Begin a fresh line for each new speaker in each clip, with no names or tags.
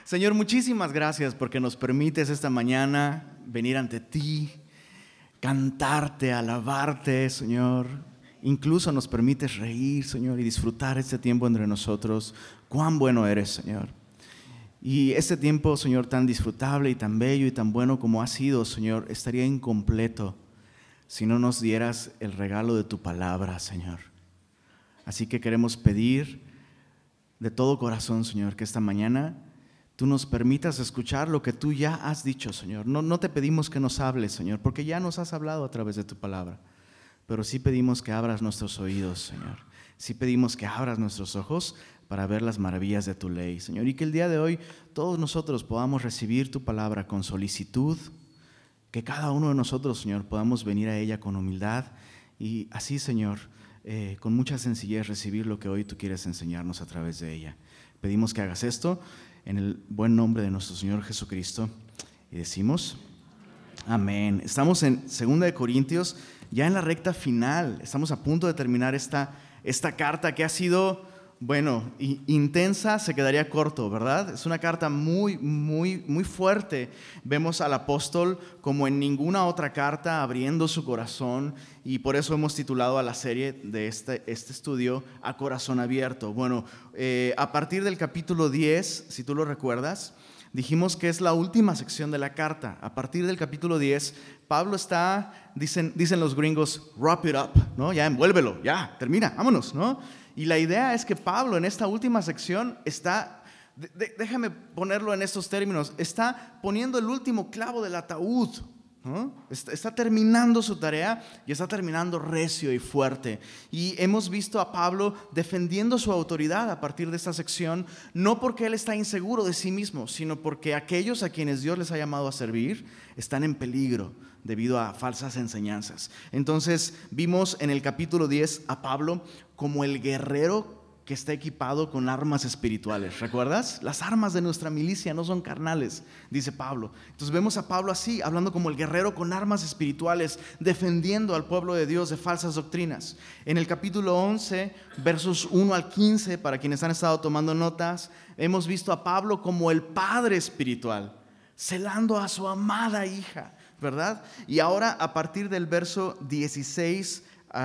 Señor, muchísimas gracias porque nos permites esta mañana venir ante ti, cantarte, alabarte, Señor. Incluso nos permites reír, Señor, y disfrutar este tiempo entre nosotros. Cuán bueno eres, Señor. Y este tiempo, Señor, tan disfrutable y tan bello y tan bueno como ha sido, Señor, estaría incompleto si no nos dieras el regalo de tu palabra, Señor. Así que queremos pedir de todo corazón, Señor, que esta mañana tú nos permitas escuchar lo que tú ya has dicho, Señor. No te pedimos que nos hables, Señor, porque ya nos has hablado a través de tu palabra. Pero sí pedimos que abras nuestros oídos, Señor. Sí pedimos que abras nuestros ojos para ver las maravillas de tu ley, Señor. Y que el día de hoy todos nosotros podamos recibir tu palabra con solicitud. Que cada uno de nosotros, Señor, podamos venir a ella con humildad. Y así, Señor, con mucha sencillez recibir lo que hoy tú quieres enseñarnos a través de ella. Pedimos que hagas esto en el buen nombre de nuestro Señor Jesucristo. Y decimos, amén. Estamos en 2 Corintios, ya en la recta final. Estamos a punto de terminar esta carta que ha sido, intensa, se quedaría corto, ¿verdad? Es una carta muy, muy, muy fuerte. Vemos al apóstol como en ninguna otra carta abriendo su corazón, y por eso hemos titulado a la serie de este estudio A Corazón Abierto. A partir del capítulo 10, si tú lo recuerdas, dijimos que es la última sección de la carta. A partir del capítulo 10, Pablo está, dicen los gringos, wrap it up, ¿no? Ya envuélvelo, ya, termina, vámonos, ¿no? Y la idea es que Pablo en esta última sección está, déjame ponerlo en estos términos, está poniendo el último clavo del ataúd, ¿no? Está terminando su tarea y está terminando recio y fuerte. Y hemos visto a Pablo defendiendo su autoridad a partir de esta sección, no porque él está inseguro de sí mismo, sino porque aquellos a quienes Dios les ha llamado a servir están en peligro debido a falsas enseñanzas. Entonces vimos en el capítulo 10 a Pablo como el guerrero que está equipado con armas espirituales. ¿Recuerdas? Las armas de nuestra milicia no son carnales, dice Pablo. Entonces vemos a Pablo así, hablando como el guerrero con armas espirituales, defendiendo al pueblo de Dios de falsas doctrinas. En el capítulo 11, versos 1 al 15, para quienes han estado tomando notas, hemos visto a Pablo como el padre espiritual, celando a su amada hija, ¿verdad? Y ahora a partir del verso 16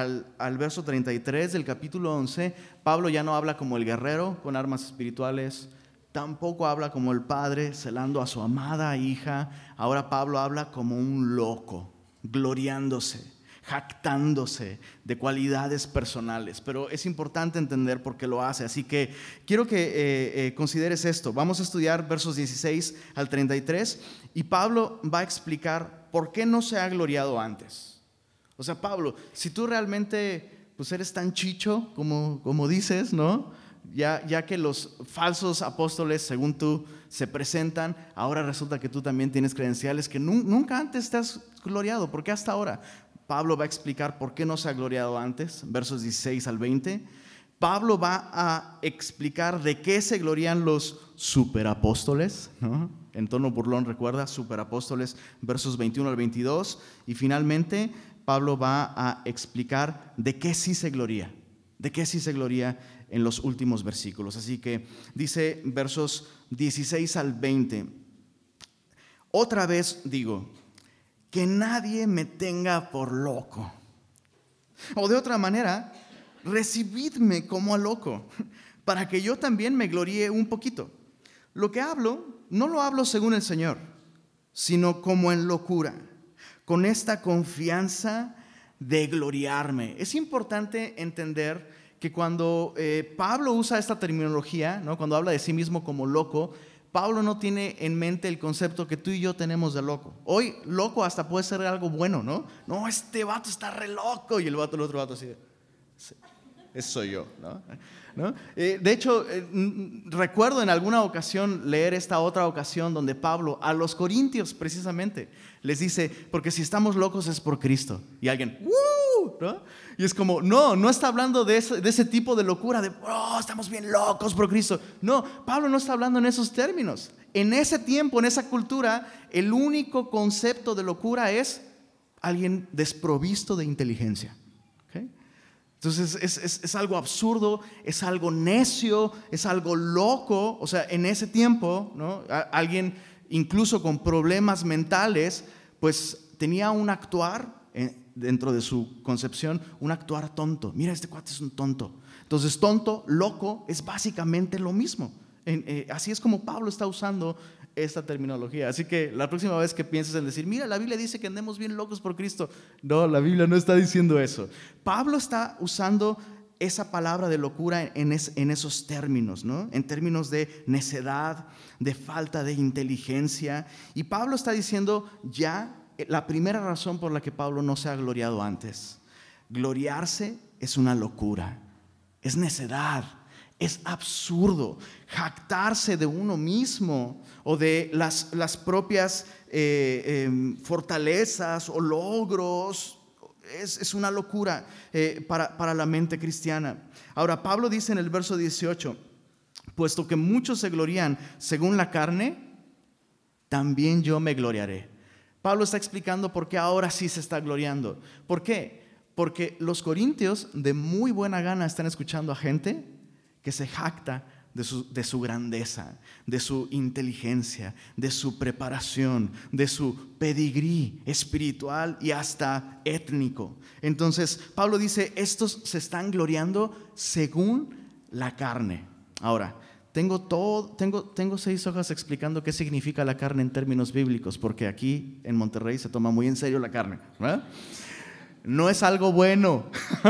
al verso 33 del capítulo 11, Pablo ya no habla como el guerrero con armas espirituales, tampoco habla como el padre celando a su amada hija. Ahora Pablo habla como un loco, gloriándose, jactándose de cualidades personales. Pero es importante entender por qué lo hace, así que quiero que consideres esto. Vamos a estudiar versos 16 al 33 y Pablo va a explicar por qué no se ha gloriado antes. O sea, Pablo, si tú realmente eres tan chicho como dices, ¿no? Ya que los falsos apóstoles, según tú, se presentan, ahora resulta que tú también tienes credenciales que nunca antes te has gloriado. ¿Por qué hasta ahora? Pablo va a explicar por qué no se ha gloriado antes, versos 16 al 20. Pablo va a explicar de qué se glorían los superapóstoles, ¿no? En tono burlón, recuerda, superapóstoles, versos 21 al 22. Y finalmente Pablo va a explicar de qué sí se gloría, en los últimos versículos. Así que dice versos 16 al 20, otra vez digo, que nadie me tenga por loco. O de otra manera, recibidme como a loco, para que yo también me gloríe un poquito. Lo que hablo, no lo hablo según el Señor, sino como en locura, con esta confianza de gloriarme. Es importante entender que cuando Pablo usa esta terminología, ¿no? Cuando habla de sí mismo como loco, Pablo no tiene en mente el concepto que tú y yo tenemos de loco. Hoy loco hasta puede ser algo bueno, ¿no? No, este vato está re loco, y el otro vato así de, ese soy yo, ¿no? De hecho, recuerdo en alguna ocasión leer esta otra ocasión donde Pablo a los corintios precisamente les dice, porque si estamos locos es por Cristo. Y alguien, ¡woo! ¿No? Y es como, no está hablando de ese tipo de locura, de, estamos bien locos por Cristo. No, Pablo no está hablando en esos términos. En ese tiempo, en esa cultura, el único concepto de locura es alguien desprovisto de inteligencia. Entonces es algo absurdo, es algo necio, es algo loco. O sea, en ese tiempo, ¿no? Alguien incluso con problemas mentales, pues tenía un actuar dentro de su concepción, un actuar tonto. Mira, este cuate es un tonto. Entonces, tonto, loco, es básicamente lo mismo. Así es como Pablo está usando esta terminología. Así que la próxima vez que pienses en decir, mira, la Biblia dice que andemos bien locos por Cristo. No, la Biblia no está diciendo eso. Pablo está usando esa palabra de locura en esos términos, ¿no? En términos de necedad, de falta de inteligencia. Y Pablo está diciendo ya la primera razón por la que Pablo no se ha gloriado antes. Gloriarse es una locura, es necedad. Es absurdo jactarse de uno mismo o de las propias fortalezas o logros. Es una locura para la mente cristiana. Ahora, Pablo dice en el verso 18, puesto que muchos se glorían según la carne, también yo me gloriaré. Pablo está explicando por qué ahora sí se está gloriando. ¿Por qué? Porque los corintios de muy buena gana están escuchando a gente que se jacta de su grandeza, de su inteligencia, de su preparación, de su pedigrí espiritual y hasta étnico. Entonces, Pablo dice, estos se están gloriando según la carne. Ahora, tengo 6 hojas explicando qué significa la carne en términos bíblicos, porque aquí en Monterrey se toma muy en serio la carne, ¿verdad? No es algo bueno.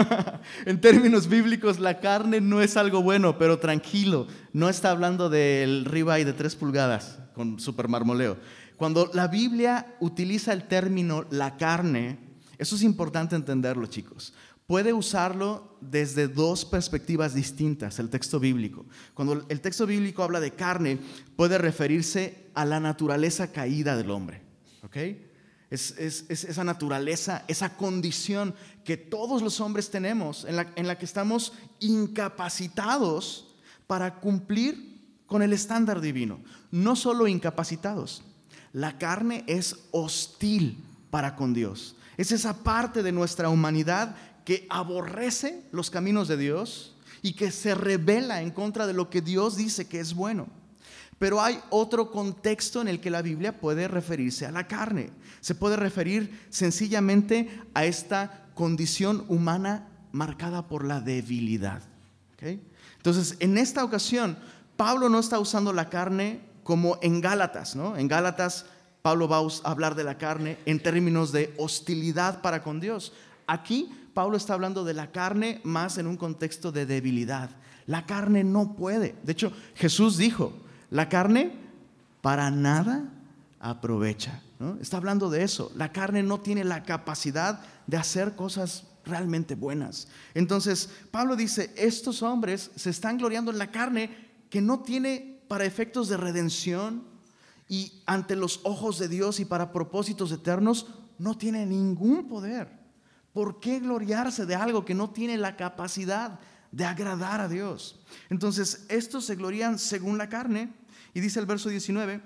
En términos bíblicos, la carne no es algo bueno, pero tranquilo, no está hablando del ribeye de 3 pulgadas con super marmoleo. Cuando la Biblia utiliza el término la carne, eso es importante entenderlo, chicos. Puede usarlo desde 2 perspectivas distintas, el texto bíblico. Cuando el texto bíblico habla de carne, puede referirse a la naturaleza caída del hombre, ¿ok? Es esa naturaleza, esa condición que todos los hombres tenemos, en la que estamos incapacitados para cumplir con el estándar divino. No solo incapacitados, la carne es hostil para con Dios. Es esa parte de nuestra humanidad que aborrece los caminos de Dios y que se rebela en contra de lo que Dios dice que es bueno. Pero hay otro contexto en el que la Biblia puede referirse a la carne. Se puede referir sencillamente a esta condición humana marcada por la debilidad. ¿Okay? Entonces, en esta ocasión, Pablo no está usando la carne como en Gálatas, ¿no? En Gálatas, Pablo va a hablar de la carne en términos de hostilidad para con Dios. Aquí, Pablo está hablando de la carne más en un contexto de debilidad. La carne no puede. De hecho, Jesús dijo, la carne para nada aprovecha, ¿no? Está hablando de eso. La carne no tiene la capacidad de hacer cosas realmente buenas. Entonces, Pablo dice, estos hombres se están gloriando en la carne que no tiene para efectos de redención y ante los ojos de Dios y para propósitos eternos, no tiene ningún poder. ¿Por qué gloriarse de algo que no tiene la capacidad de agradar a Dios? Entonces, estos se glorían según la carne. Y dice el verso 18,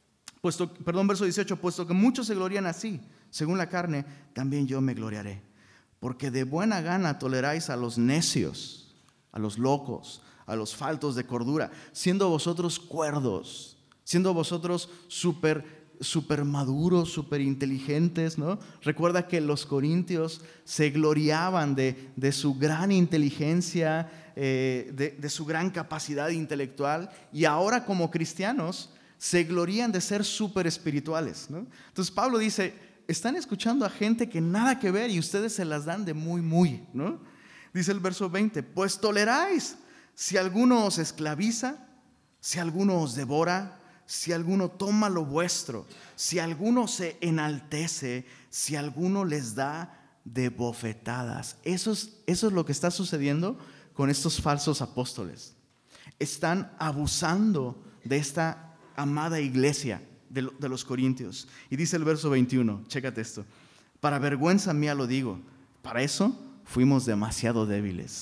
puesto que muchos se glorían así, según la carne, también yo me gloriaré. Porque de buena gana toleráis a los necios, a los locos, a los faltos de cordura, siendo vosotros cuerdos, siendo vosotros súper maduros, súper inteligentes, ¿no? Recuerda que los corintios se gloriaban de su gran inteligencia, de su gran capacidad intelectual, y ahora como cristianos se glorían de ser súper espirituales, ¿no? Entonces Pablo dice, están escuchando a gente que nada que ver y ustedes se las dan de muy, ¿no? Dice el verso 20, pues toleráis si alguno os esclaviza, si alguno os devora, si alguno toma lo vuestro, si alguno se enaltece, si alguno les da de bofetadas. Eso es lo que está sucediendo con estos falsos apóstoles. Están abusando de esta amada iglesia de los corintios. Y dice el verso 21, chécate esto. Para vergüenza mía lo digo, para eso fuimos demasiado débiles.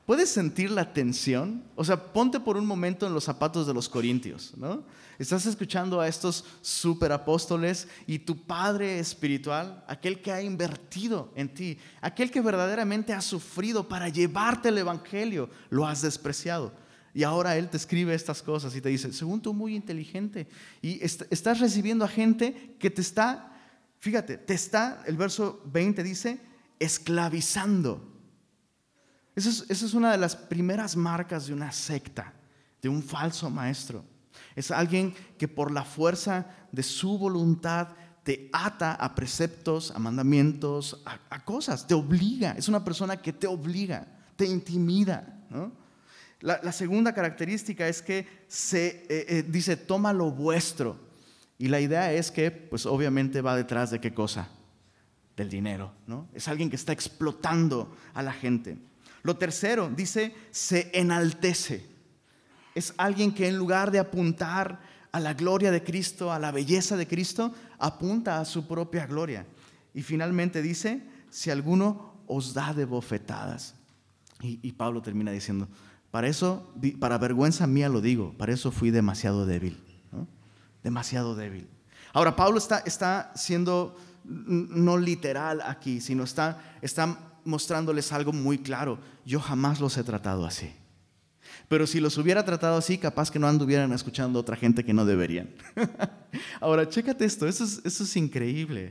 ¿Puedes sentir la tensión? O sea, ponte por un momento en los zapatos de los corintios, ¿no? Estás escuchando a estos superapóstoles y tu padre espiritual, aquel que ha invertido en ti, aquel que verdaderamente ha sufrido para llevarte el evangelio, lo has despreciado. Y ahora él te escribe estas cosas y te dice, según tú muy inteligente, y estás recibiendo a gente que te está, fíjate, el verso 20 dice, esclavizando. Esa es una de las primeras marcas de una secta, de un falso maestro. Es alguien que por la fuerza de su voluntad te ata a preceptos, a mandamientos, a cosas, te obliga. Es una persona que te obliga, te intimida, ¿no? La segunda característica es que dice, toma lo vuestro. Y la idea es que, pues obviamente va detrás de ¿qué cosa? Del dinero, ¿no? Es alguien que está explotando a la gente. Lo tercero, dice, se enaltece. Es alguien que en lugar de apuntar a la gloria de Cristo, a la belleza de Cristo, apunta a su propia gloria. Y finalmente dice, si alguno os da de bofetadas. Y Pablo termina diciendo, para vergüenza mía lo digo, para eso fui demasiado débil, ¿no? Demasiado débil. Ahora, Pablo está siendo no literal aquí, sino está mostrándoles algo muy claro. Yo jamás los he tratado así. Pero si los hubiera tratado así, capaz que no anduvieran escuchando a otra gente que no deberían. Ahora, chécate esto, eso es increíble.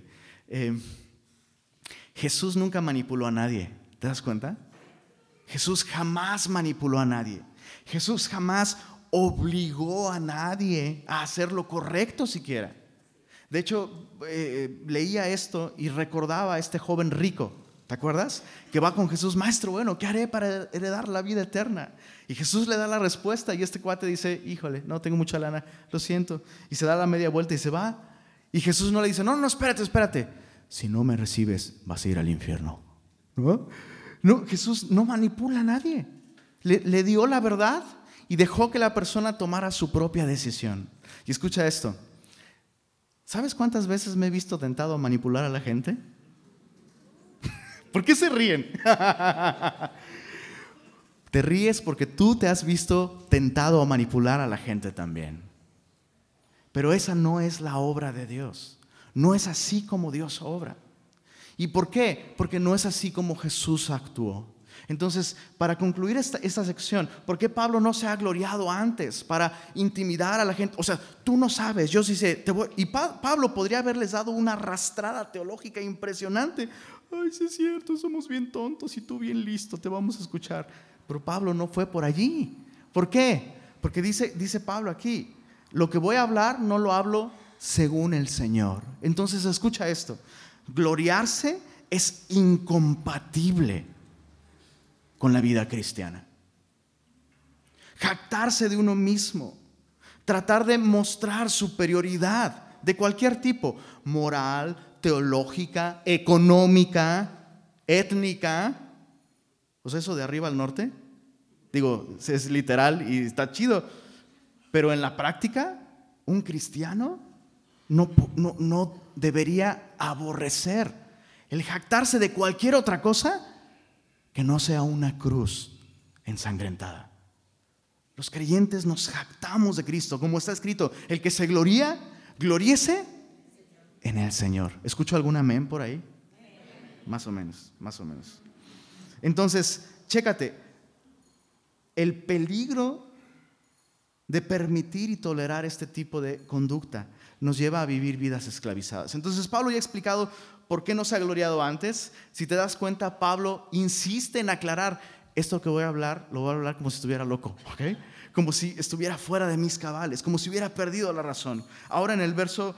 Jesús nunca manipuló a nadie, ¿te das cuenta? Jesús jamás manipuló a nadie. Jesús jamás obligó a nadie a hacer lo correcto siquiera. De hecho, leía esto y recordaba a este joven rico. ¿Te acuerdas? Que va con Jesús, maestro, bueno, ¿qué haré para heredar la vida eterna? Y Jesús le da la respuesta y este cuate dice, híjole, no tengo mucha lana, lo siento. Y se da la media vuelta y se va. Y Jesús no le dice, no, espérate. Si no me recibes, vas a ir al infierno. No, Jesús no manipula a nadie. Le dio la verdad y dejó que la persona tomara su propia decisión. Y escucha esto. ¿Sabes cuántas veces me he visto tentado a manipular a la gente? ¿Por qué se ríen? Te ríes porque tú te has visto tentado a manipular a la gente también. Pero esa no es la obra de Dios. No es así como Dios obra. ¿Y por qué? Porque no es así como Jesús actuó. Entonces, para concluir esta sección, ¿por qué Pablo no se ha gloriado antes para intimidar a la gente? O sea, tú no sabes, yo sí sé. Pablo podría haberles dado una arrastrada teológica impresionante. Ay, sí es cierto, somos bien tontos y tú bien listo, te vamos a escuchar. Pero Pablo no fue por allí. ¿Por qué? Porque dice Pablo aquí, lo que voy a hablar no lo hablo según el Señor. Entonces escucha esto, gloriarse es incompatible con la vida cristiana. Jactarse de uno mismo, tratar de mostrar superioridad de cualquier tipo, moral, teológica, económica, étnica. O sea, eso de arriba al norte, digo, es literal y está chido, pero en la práctica, un cristiano no debería aborrecer el jactarse de cualquier otra cosa que no sea una cruz ensangrentada. Los creyentes nos jactamos de Cristo, como está escrito, el que se gloría, gloríese en el Señor. ¿Escucho algún amén por ahí? Más o menos. Entonces, chécate, el peligro de permitir y tolerar este tipo de conducta nos lleva a vivir vidas esclavizadas. Entonces, Pablo ya ha explicado por qué no se ha gloriado antes. Si te das cuenta, Pablo insiste en aclarar, esto que voy a hablar, lo voy a hablar como si estuviera loco, ¿ok? Como si estuviera fuera de mis cabales, como si hubiera perdido la razón. Ahora en el verso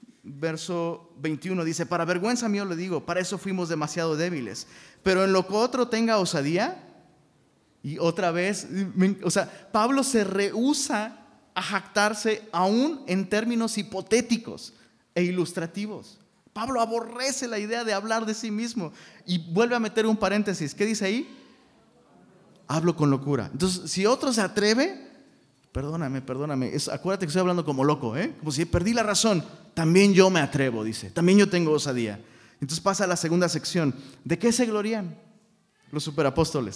21 dice, para vergüenza mía le digo, para eso fuimos demasiado débiles. Pero en lo que otro tenga osadía, y otra vez, o sea, Pablo se rehúsa a jactarse aún en términos hipotéticos e ilustrativos. Pablo aborrece la idea de hablar de sí mismo y vuelve a meter un paréntesis. ¿Qué dice ahí? Hablo con locura. Entonces, si otro se atreve, perdóname, acuérdate que estoy hablando como loco, como si perdí la razón. También yo me atrevo, dice. También yo tengo osadía. Entonces pasa a la segunda sección. ¿De qué se glorían los superapóstoles?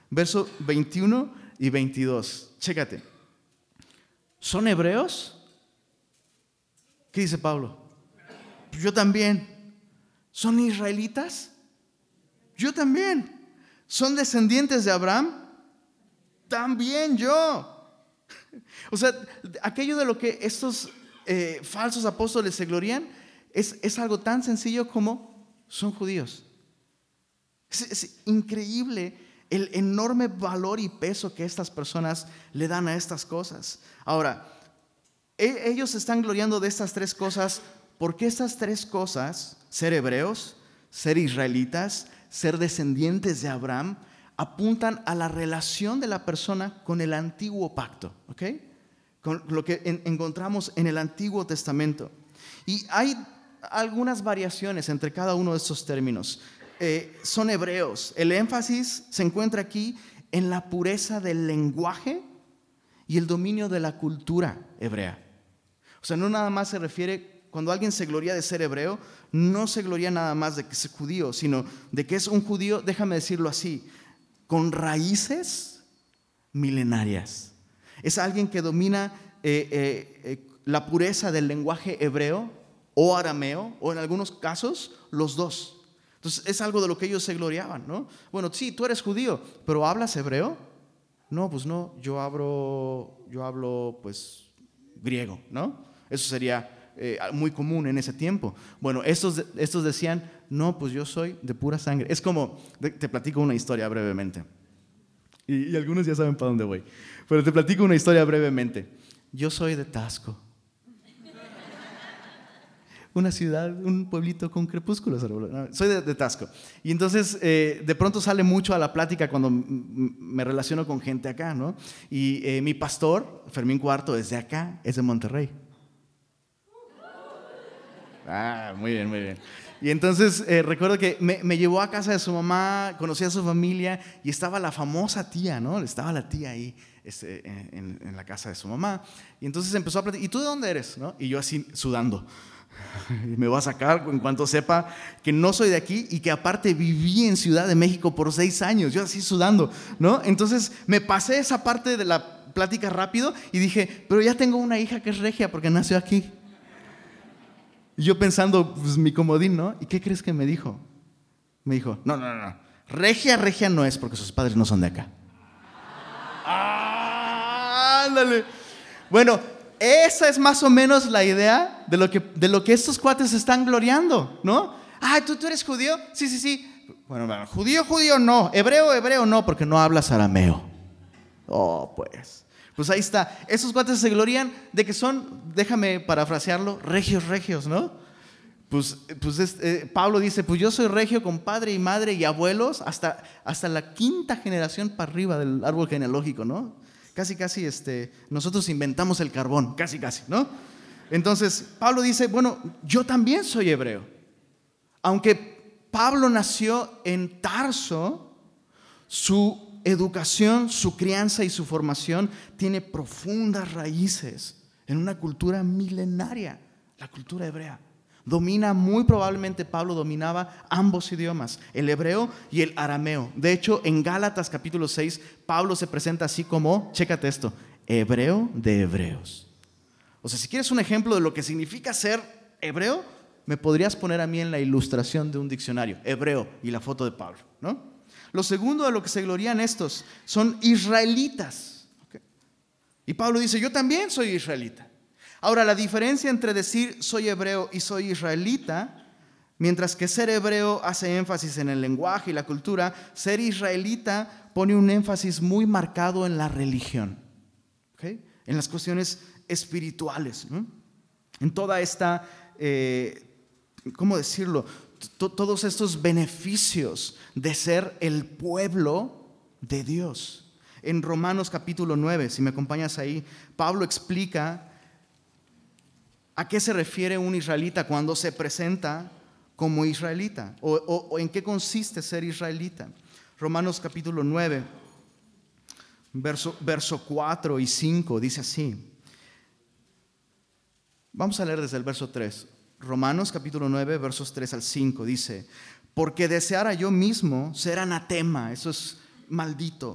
Verso 21 y 22. Chécate. ¿Son hebreos? ¿Qué dice Pablo? Yo también. ¿Son israelitas? Yo también. ¿Son descendientes de Abraham? También yo. O sea, aquello de lo que estos falsos apóstoles se glorían es algo tan sencillo como son judíos. Es increíble el enorme valor y peso que estas personas le dan a estas cosas. Ahora, ellos se están gloriando de estas tres cosas porque estas tres cosas, ser hebreos, ser israelitas, ser descendientes de Abraham, apuntan a la relación de la persona con el antiguo pacto, ¿ok? Con lo que encontramos en el Antiguo Testamento. Y hay algunas variaciones entre cada uno de estos términos. Son hebreos. El énfasis se encuentra aquí en la pureza del lenguaje y el dominio de la cultura hebrea. O sea, no nada más se refiere, cuando alguien se gloria de ser hebreo, no se gloria nada más de que es judío, sino de que es un judío, déjame decirlo así, con raíces milenarias. Es alguien que domina la pureza del lenguaje hebreo o arameo, o en algunos casos los dos. Entonces es algo de lo que ellos se gloriaban, ¿no? Bueno, sí, tú eres judío, pero ¿hablas hebreo? No, pues no, yo hablo pues griego, ¿no? Eso sería muy común en ese tiempo. Bueno, estos decían, no, pues yo soy de pura sangre. Es como, te platico una historia brevemente. Y algunos ya saben para dónde voy. Pero te platico una historia brevemente. Yo soy de Taxco. Una ciudad, un pueblito con crepúsculos. Soy de Taxco. Y entonces de pronto sale mucho a la plática cuando me relaciono con gente acá, ¿no? Y mi pastor, Fermín Cuarto, es de acá, es de Monterrey. Muy bien, muy bien. Y entonces recuerdo que me llevó a casa de su mamá, conocí a su familia y estaba la famosa tía, ¿no? Estaba la tía ahí en la casa de su mamá. Y entonces empezó a platicar, ¿y tú de dónde eres? ¿No? Y yo así sudando. Y me voy a sacar en cuanto sepa que no soy de aquí y que aparte viví en Ciudad de México por 6 años. Yo así sudando, ¿no? Entonces me pasé esa parte de la plática rápido y dije, pero ya tengo una hija que es regia porque nació aquí. Y yo pensando, pues mi comodín, ¿no? ¿Y qué crees que me dijo? Me dijo, no. Regia no es porque sus padres no son de acá. Ándale. Bueno, esa es más o menos la idea de lo que estos cuates están gloriando, ¿no? ¿tú eres judío? Sí. Bueno, judío no. Hebreo no, porque no hablas arameo. Pues ahí está. Esos cuates se glorían de que son, déjame parafrasearlo, regios, ¿no? Pablo dice, pues yo soy regio con padre y madre y abuelos hasta la 5ª generación para arriba del árbol genealógico, ¿no? Casi, nosotros inventamos el carbón, casi, ¿no? Entonces, Pablo dice, bueno, yo también soy hebreo. Aunque Pablo nació en Tarso, su educación, su crianza y su formación tiene profundas raíces en una cultura milenaria, la cultura hebrea. Muy probablemente Pablo dominaba ambos idiomas, el hebreo y el arameo. De hecho, en Gálatas capítulo 6, Pablo se presenta así como, chécate esto, hebreo de hebreos. O sea, si quieres un ejemplo de lo que significa ser hebreo, me podrías poner a mí en la ilustración de un diccionario, hebreo y la foto de Pablo, ¿no? Lo segundo de lo que se glorían estos son israelitas. ¿Okay? Y Pablo dice, yo también soy israelita. Ahora, la diferencia entre decir soy hebreo y soy israelita, mientras que ser hebreo hace énfasis en el lenguaje y la cultura, ser israelita pone un énfasis muy marcado en la religión, ¿okay? En las cuestiones espirituales, ¿no? En toda esta, ¿cómo decirlo? Todos estos beneficios de ser el pueblo de Dios. En Romanos capítulo 9, si me acompañas ahí, Pablo explica a qué se refiere un israelita cuando se presenta como israelita o en qué consiste ser israelita. Romanos capítulo 9, verso 4 y 5 dice así. Vamos a leer desde el verso 3. Romanos capítulo 9, versos 3 al 5 dice, porque deseara yo mismo ser anatema, eso es maldito,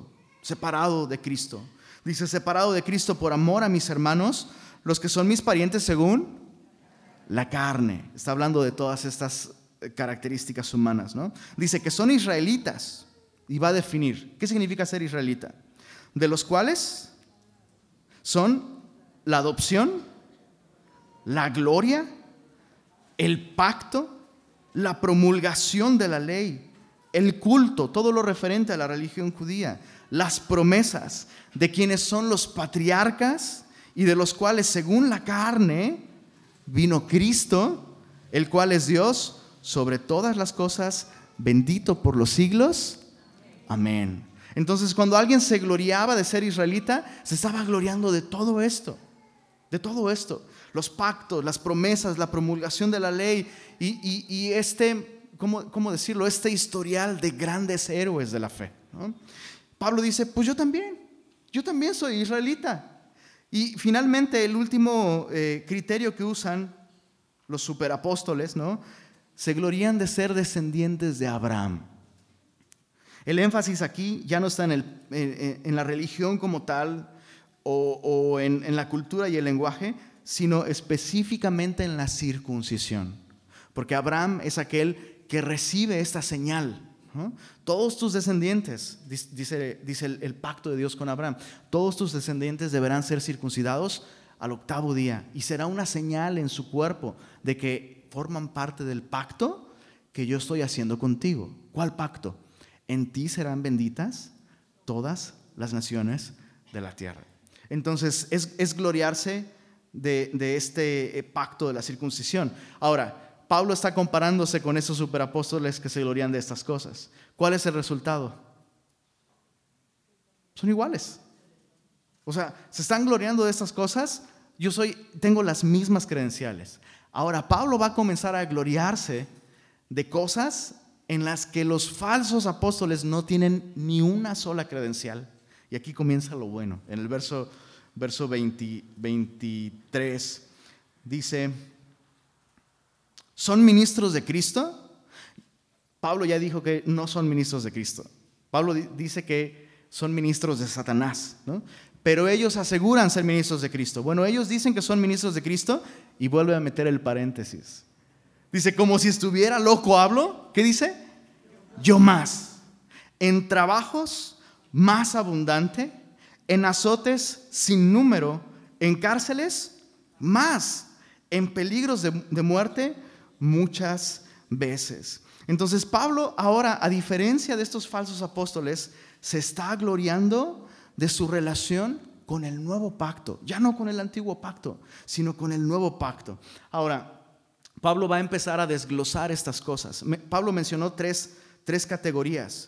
separado de Cristo. Dice, separado de Cristo por amor a mis hermanos, los que son mis parientes según la carne. Está hablando de todas estas características humanas, ¿no? Dice que son israelitas y va a definir qué significa ser israelita. De los cuales son la adopción, la gloria, el pacto, la promulgación de la ley, el culto, todo lo referente a la religión judía, las promesas de quienes son los patriarcas y de los cuales según la carne vino Cristo, el cual es Dios sobre todas las cosas, bendito por los siglos. Amén. Entonces, cuando alguien se gloriaba de ser israelita, se estaba gloriando de todo esto. De todo esto. Los pactos, las promesas, la promulgación de la ley y ¿cómo decirlo? Este historial de grandes héroes de la fe, ¿no? Pablo dice, pues yo también soy israelita. Y finalmente el último criterio que usan los superapóstoles, ¿no? Se glorían de ser descendientes de Abraham. El énfasis aquí ya no está en la religión como tal o en la cultura y el lenguaje, sino específicamente en la circuncisión. Porque Abraham es aquel que recibe esta señal, ¿no? Todos tus descendientes, dice el pacto de Dios con Abraham, todos tus descendientes deberán ser circuncidados al 8º día y será una señal en su cuerpo de que forman parte del pacto que yo estoy haciendo contigo. ¿Cuál pacto? En ti serán benditas todas las naciones de la tierra. Entonces es gloriarse de este pacto de la circuncisión. Ahora, Pablo está comparándose con esos superapóstoles que se glorían de estas cosas. ¿Cuál es el resultado? Son iguales. O sea, se están gloriando de estas cosas. Tengo las mismas credenciales. Ahora, Pablo va a comenzar a gloriarse de cosas en las que los falsos apóstoles no tienen ni una sola credencial. Y aquí comienza lo bueno. En el verso 23 dice, ¿son ministros de Cristo? Pablo ya dijo que no son ministros de Cristo. Pablo dice que son ministros de Satanás, ¿no? Pero ellos aseguran ser ministros de Cristo. Bueno, ellos dicen que son ministros de Cristo y vuelve a meter el paréntesis. Dice, como si estuviera loco hablo. ¿Qué dice? Yo más. En trabajos más abundante, en azotes sin número, en cárceles más, en peligros de muerte muchas veces. Entonces Pablo ahora, a diferencia de estos falsos apóstoles, se está gloriando de su relación con el nuevo pacto, ya no con el antiguo pacto, sino con el nuevo pacto. Ahora, Pablo va a empezar a desglosar estas cosas. Pablo mencionó tres categorías.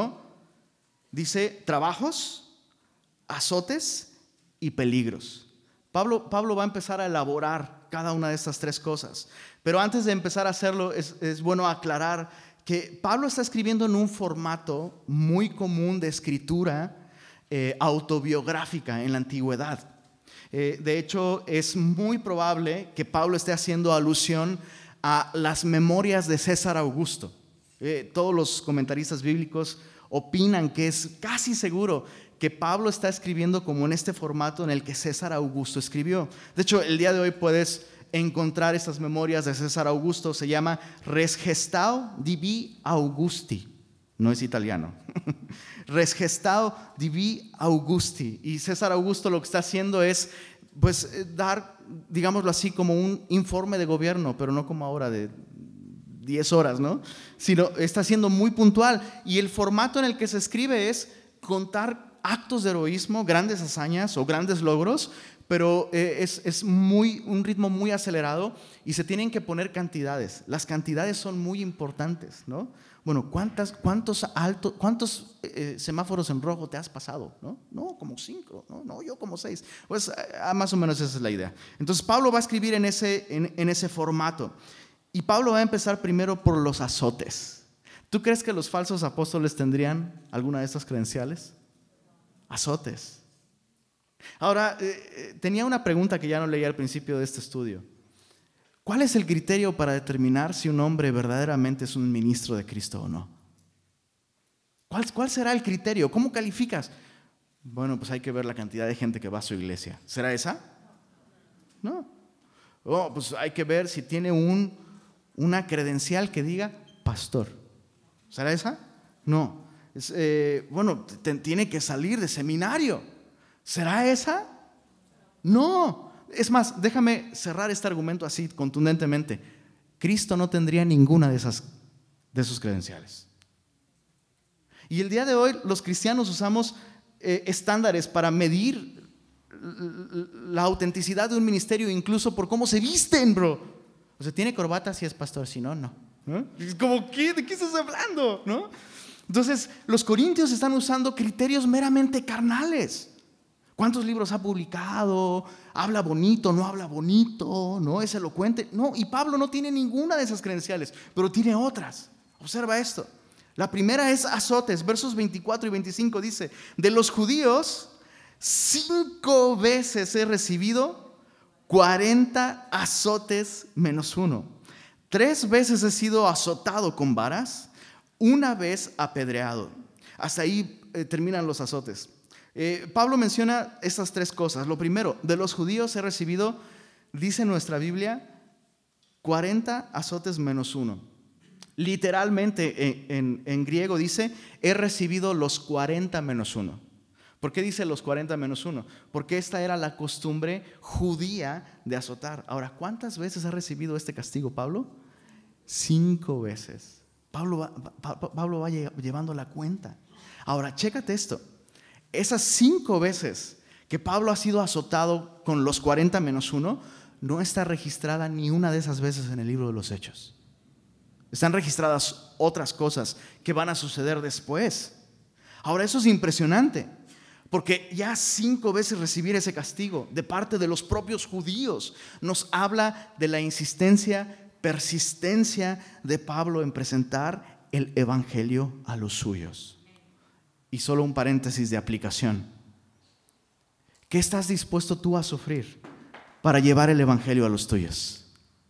Dice, trabajos, azotes y peligros. Pablo va a empezar a elaborar cada una de estas tres cosas. Pero antes de empezar a hacerlo, es bueno aclarar que Pablo está escribiendo en un formato muy común de escritura autobiográfica en la antigüedad. De hecho, es muy probable que Pablo esté haciendo alusión a las memorias de César Augusto. Todos los comentaristas bíblicos opinan que es casi seguro que Pablo está escribiendo como en este formato en el que César Augusto escribió. De hecho, el día de hoy puedes encontrar estas memorias de César Augusto. Se llama Res Gestao Divi Augusti. No es italiano. Res Gestao Divi Augusti. Y César Augusto lo que está haciendo es dar, digámoslo así, como un informe de gobierno, pero no como ahora de 10 horas, ¿no? Sino está siendo muy puntual. Y el formato en el que se escribe es contar actos de heroísmo, grandes hazañas o grandes logros, pero es un ritmo muy acelerado y se tienen que poner cantidades. Las cantidades son muy importantes, ¿no? Bueno, ¿cuántos semáforos en rojo te has pasado? No, como 5, no, yo como 6. Pues más o menos esa es la idea. Entonces Pablo va a escribir en ese formato. Y Pablo va a empezar primero por los azotes. ¿Tú crees que los falsos apóstoles tendrían alguna de estas credenciales? Azotes. Ahora, tenía una pregunta que ya no leí al principio de este estudio. ¿Cuál es el criterio para determinar si un hombre verdaderamente es un ministro de Cristo o no? ¿Cuál será el criterio? ¿Cómo calificas? Bueno, pues hay que ver la cantidad de gente que va a su iglesia. ¿Será esa? No. Oh, pues hay que ver si tiene una credencial que diga pastor. ¿Será esa? No. Tiene que salir de seminario. ¿Será esa? No. Es más, déjame cerrar este argumento así contundentemente. Cristo no tendría ninguna de esos credenciales. Y el día de hoy los cristianos usamos estándares para medir la autenticidad de un ministerio, incluso por cómo se visten, bro. O sea, tiene corbata si es pastor, si no, no. Es como, ¿qué? ¿De qué estás hablando? ¿No? Entonces, los corintios están usando criterios meramente carnales. ¿Cuántos libros ha publicado? ¿Habla bonito? ¿No habla bonito? ¿No es elocuente? No, y Pablo no tiene ninguna de esas credenciales, pero tiene otras. Observa esto. La primera es azotes, versos 24 y 25 dice: de los judíos 5 veces he recibido 40 azotes menos 1. 3 veces he sido azotado con varas, 1 vez apedreado. Hasta ahí terminan los azotes. Pablo menciona estas 3 cosas. Lo primero, de los judíos he recibido, dice nuestra Biblia, 40 azotes menos 1. Literalmente en griego dice: he recibido los 40 menos 1. ¿Por qué dice los 40 menos 1? Porque esta era la costumbre judía de azotar. Ahora, ¿cuántas veces ha recibido este castigo Pablo? 5 veces. Pablo va llevando la cuenta. Ahora, chécate esto. Esas 5 veces que Pablo ha sido azotado con los 40 menos 1, no está registrada ni una de esas veces en el libro de los Hechos. Están registradas otras cosas que van a suceder después. Ahora, eso es impresionante, porque ya 5 veces recibir ese castigo de parte de los propios judíos nos habla de la insistencia, persistencia de Pablo en presentar el evangelio a los suyos. Y solo un paréntesis de aplicación. ¿Qué estás dispuesto tú a sufrir para llevar el evangelio a los tuyos?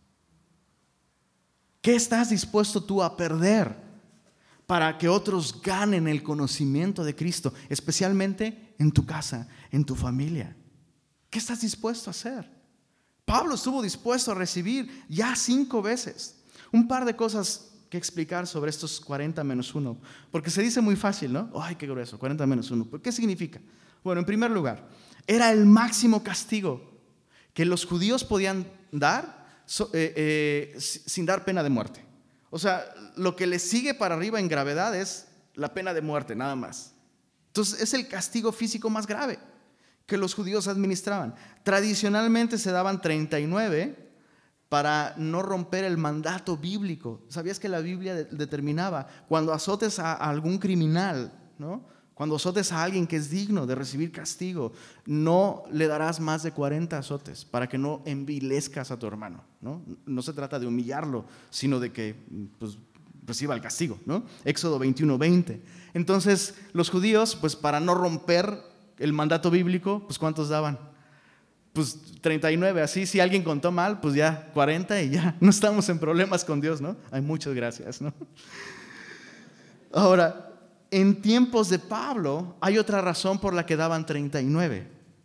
¿Qué estás dispuesto tú a perder para que otros ganen el conocimiento de Cristo, especialmente en tu casa, en tu familia? ¿Qué estás dispuesto a hacer? Pablo estuvo dispuesto a recibir ya 5 veces. Un par de cosas que explicar sobre estos 40 menos 1, porque se dice muy fácil, ¿no? ¡Ay, qué grueso! 40 menos 1. ¿Qué significa? Bueno, en primer lugar, era el máximo castigo que los judíos podían dar sin dar pena de muerte. O sea, lo que le sigue para arriba en gravedad es la pena de muerte, nada más. Entonces es el castigo físico más grave que los judíos administraban. Tradicionalmente se daban 39 para no romper el mandato bíblico. ¿Sabías que la Biblia determinaba cuando azotes a algún criminal, ¿no? Cuando azotes a alguien que es digno de recibir castigo, no le darás más de 40 azotes para que no envilezcas a tu hermano, ¿no? No se trata de humillarlo, sino de que reciba el castigo, ¿no? Éxodo 21:20. Entonces, los judíos, pues para no romper el mandato bíblico, pues ¿cuántos daban? Pues 39, así si alguien contó mal, pues ya 40 y ya no estamos en problemas con Dios, ¿no? Ay, muchas gracias, ¿no? Ahora, en tiempos de Pablo hay otra razón por la que daban 39.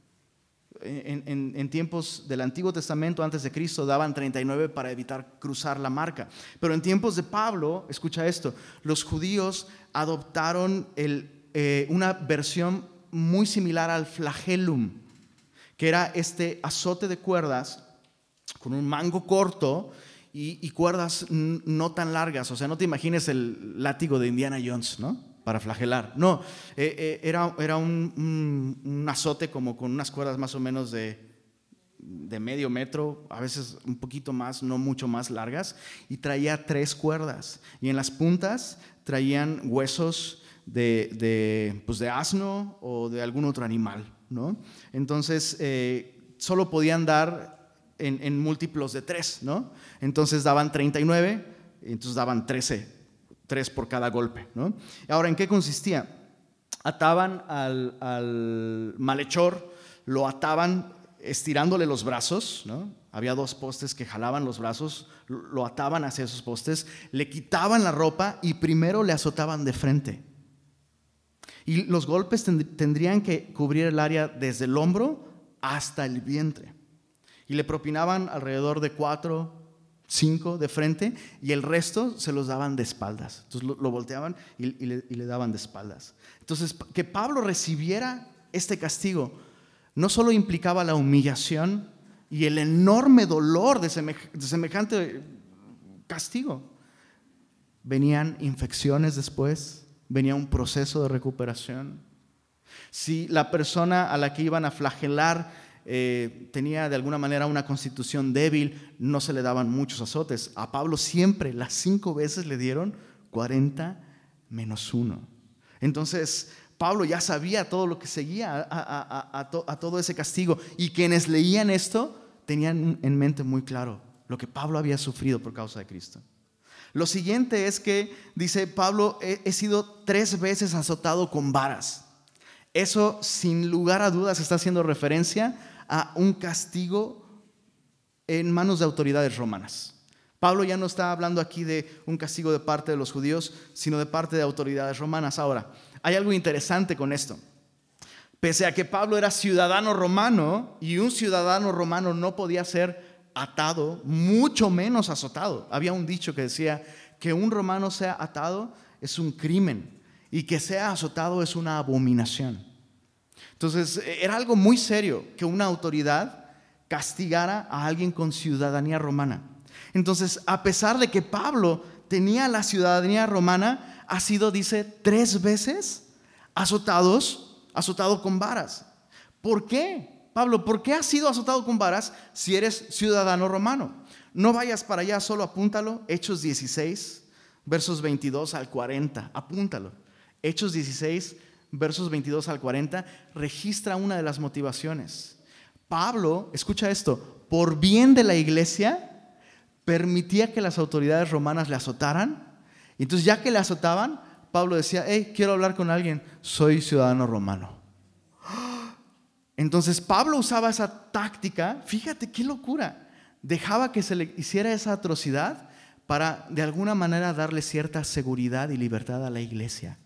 En tiempos del Antiguo Testamento, antes de Cristo, daban 39 para evitar cruzar la marca. Pero en tiempos de Pablo, escucha esto, los judíos adoptaron una versión muy similar al flagellum, que era este azote de cuerdas con un mango corto y cuerdas no tan largas. O sea, no te imagines el látigo de Indiana Jones, ¿no? Para flagelar. No, era un azote como con unas cuerdas más o menos de medio metro, a veces un poquito más, no mucho más largas, y traía 3 cuerdas. Y en las puntas traían huesos de asno o de algún otro animal, ¿no? Entonces, solo podían dar en múltiplos de 3, ¿no? Entonces daban 39, entonces daban 13. 3 por cada golpe, ¿no? Ahora, ¿en qué consistía? Ataban al malhechor, lo ataban estirándole los brazos, ¿no? Había 2 postes que jalaban los brazos, lo ataban hacia esos postes, le quitaban la ropa y primero le azotaban de frente. Y los golpes tendrían que cubrir el área desde el hombro hasta el vientre. Y le propinaban alrededor de 4, 5 de frente, y el resto se los daban de espaldas. Entonces lo volteaban y le daban de espaldas. Entonces, que Pablo recibiera este castigo no solo implicaba la humillación y el enorme dolor de semejante castigo. Venían infecciones después, venía un proceso de recuperación. Si la persona a la que iban a flagelar tenía de alguna manera una constitución débil, no se le daban muchos azotes. A Pablo siempre, las 5 veces le dieron 40 menos 1. Entonces Pablo ya sabía todo lo que seguía a todo ese castigo, y quienes leían esto tenían en mente muy claro lo que Pablo había sufrido por causa de Cristo. Lo siguiente es que dice Pablo: he sido 3 veces azotado con varas. Eso sin lugar a dudas está haciendo referencia a un castigo en manos de autoridades romanas. Pablo ya no está hablando aquí de un castigo de parte de los judíos, sino de parte de autoridades romanas. Ahora, hay algo interesante con esto. Pese a que Pablo era ciudadano romano, y un ciudadano romano no podía ser atado, mucho menos azotado. Había un dicho que decía que un romano sea atado es un crimen, y que sea azotado es una abominación. Entonces era algo muy serio que una autoridad castigara a alguien con ciudadanía romana. Entonces, a pesar de que Pablo tenía la ciudadanía romana, ha sido, dice, 3 veces azotado con varas. ¿Por qué, Pablo? ¿Por qué has sido azotado con varas si eres ciudadano romano? No vayas para allá, solo apúntalo. Hechos 16, versos 22 al 40. Apúntalo. Hechos 16, versos 22 al 40, registra una de las motivaciones. Pablo, escucha esto, por bien de la iglesia, permitía que las autoridades romanas le azotaran. Y entonces, ya que le azotaban, Pablo decía: quiero hablar con alguien, soy ciudadano romano. Entonces Pablo usaba esa táctica. Fíjate qué locura. Dejaba que se le hiciera esa atrocidad para de alguna manera darle cierta seguridad y libertad a la iglesia.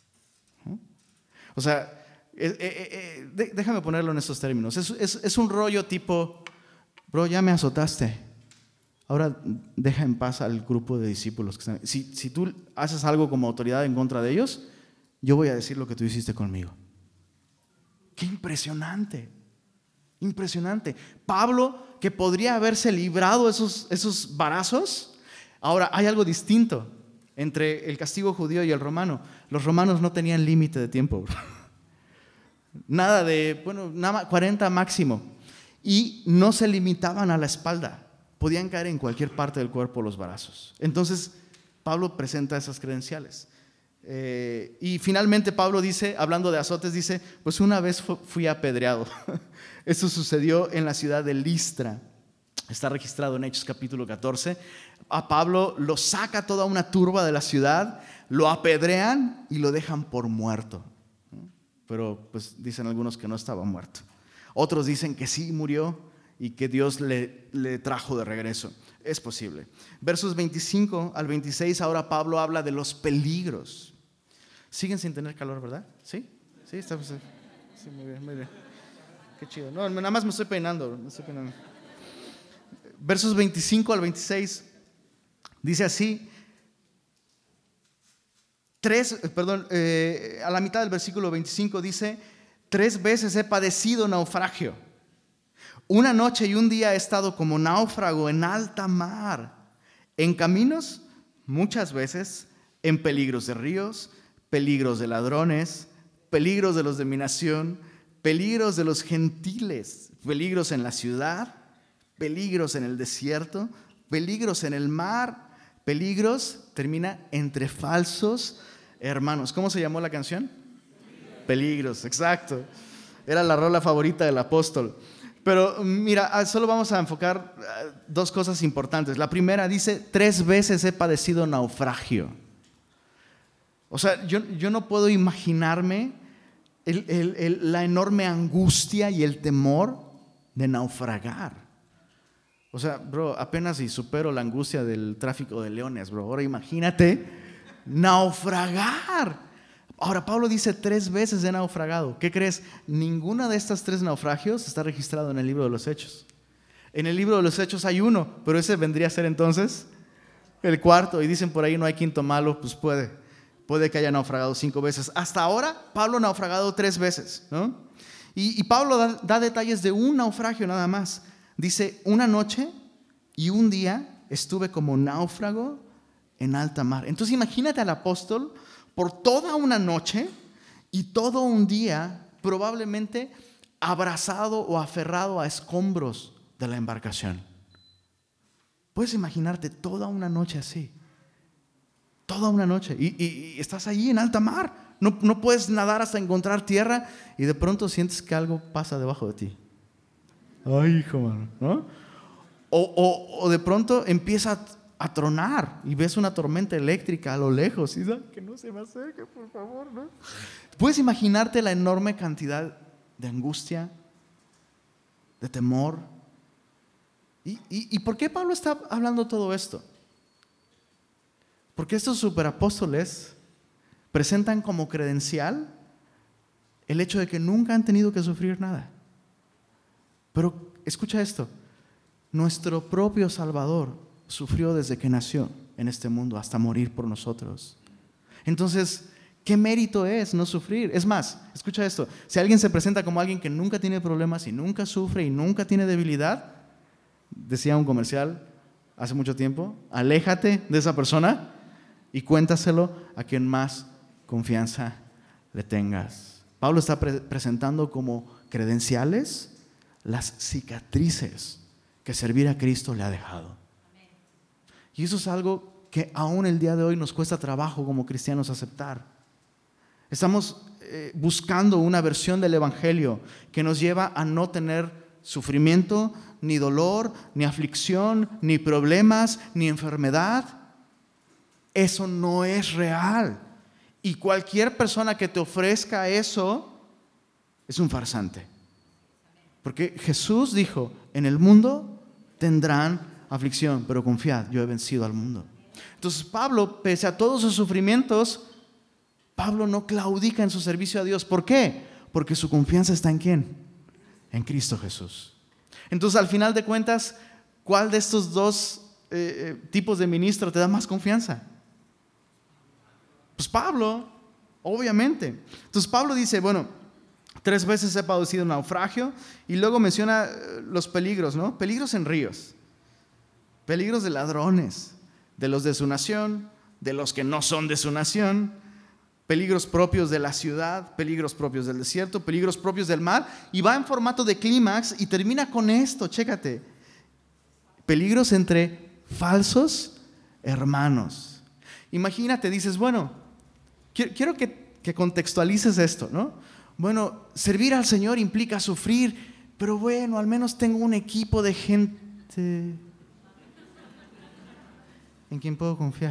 O sea, déjame ponerlo en estos términos. Es un rollo tipo: bro, ya me azotaste, ahora deja en paz al grupo de discípulos que están. Si tú haces algo como autoridad en contra de ellos, yo voy a decir lo que tú hiciste conmigo. ¡Qué impresionante! Impresionante. Pablo, que podría haberse librado esos varazos. Ahora, hay algo distinto entre el castigo judío y el romano. Los romanos no tenían límite de tiempo. Nada de, nada, 40 máximo. Y no se limitaban a la espalda. Podían caer en cualquier parte del cuerpo los varazos. Entonces, Pablo presenta esas credenciales. Y finalmente Pablo dice, hablando de azotes, dice: pues una vez fui apedreado. Esto sucedió en la ciudad de Listra. Está registrado en Hechos capítulo 14. A Pablo lo saca toda una turba de la ciudad, lo apedrean y lo dejan por muerto. Pero pues dicen algunos que no estaba muerto. Otros dicen que sí murió y que Dios le trajo de regreso. Es posible. Versos 25 al 26, ahora Pablo habla de los peligros. Siguen sin tener calor, ¿verdad? ¿Sí? Sí, está. Sí, muy bien, muy bien. Qué chido. No, nada más me estoy peinando. Versos 25 al 26 dice así. A la mitad del versículo 25 dice: 3 veces he padecido naufragio. Una noche y un día he estado como náufrago en alta mar, en caminos muchas veces, en peligros de ríos, peligros de ladrones, peligros de los de mi nación, peligros de los gentiles, peligros en la ciudad, peligros en el desierto, peligros en el mar, peligros, termina, entre falsos hermanos. ¿Cómo se llamó la canción? Peligros, exacto. Era la rola favorita del apóstol. Pero mira, solo vamos a enfocar 2 cosas importantes. La primera dice: 3 veces he padecido naufragio. O sea, yo no puedo imaginarme la enorme angustia y el temor de naufragar. O sea, bro, apenas si supero la angustia del tráfico de leones, bro. Ahora imagínate naufragar. Ahora, Pablo dice 3 veces he naufragado. ¿Qué crees? Ninguna de estas 3 naufragios está registrado en el libro de los Hechos. En el libro de los Hechos hay uno, pero ese vendría a ser entonces el cuarto. Y dicen por ahí no hay quinto malo, pues puede que haya naufragado 5 veces. Hasta ahora, Pablo ha naufragado 3 veces, ¿no? Y Pablo da detalles de un naufragio nada más. Dice, una noche y un día estuve como náufrago en alta mar. Entonces imagínate al apóstol por toda una noche y todo un día probablemente abrazado o aferrado a escombros de la embarcación. Puedes imaginarte toda una noche así. Toda una noche. Y estás ahí en alta mar. No puedes nadar hasta encontrar tierra y de pronto sientes que algo pasa debajo de ti. Ay, hijo, mano, ¿no? O de pronto empieza a tronar y ves una tormenta eléctrica a lo lejos y dices, que no se me acerque, por favor, ¿no? Puedes imaginarte la enorme cantidad de angustia, de temor. ¿Y por qué Pablo está hablando todo esto? Porque estos superapóstoles presentan como credencial el hecho de que nunca han tenido que sufrir nada. Pero escucha esto, nuestro propio Salvador sufrió desde que nació en este mundo hasta morir por nosotros. Entonces, ¿qué mérito es no sufrir? Es más, escucha esto, si alguien se presenta como alguien que nunca tiene problemas y nunca sufre y nunca tiene debilidad, decía un comercial hace mucho tiempo, aléjate de esa persona y cuéntaselo a quien más confianza le tengas. Pablo está presentando como credenciales las cicatrices que servir a Cristo le ha dejado. Y eso es algo que aún el día de hoy nos cuesta trabajo como cristianos aceptar. Estamos buscando una versión del Evangelio que nos lleva a no tener sufrimiento, ni dolor, ni aflicción, ni problemas, ni enfermedad. Eso no es real. Y cualquier persona que te ofrezca eso es un farsante. Porque Jesús dijo, en el mundo tendrán aflicción, pero confiad, yo he vencido al mundo. Entonces Pablo, pese a todos sus sufrimientos, Pablo no claudica en su servicio a Dios. ¿Por qué? Porque su confianza está ¿en quién? En Cristo Jesús. Entonces, al final de cuentas, ¿cuál de estos dos tipos de ministro te da más confianza? Pues Pablo, obviamente. Entonces Pablo dice, bueno, 3 veces he padecido un naufragio y luego menciona los peligros, ¿no? Peligros en ríos, peligros de ladrones, de los de su nación, de los que no son de su nación, peligros propios de la ciudad, peligros propios del desierto, peligros propios del mar, y va en formato de clímax y termina con esto, chécate, peligros entre falsos hermanos. Imagínate, dices, bueno, quiero que contextualices esto, ¿no? Bueno, servir al Señor implica sufrir, pero bueno, al menos tengo un equipo de gente en quien puedo confiar.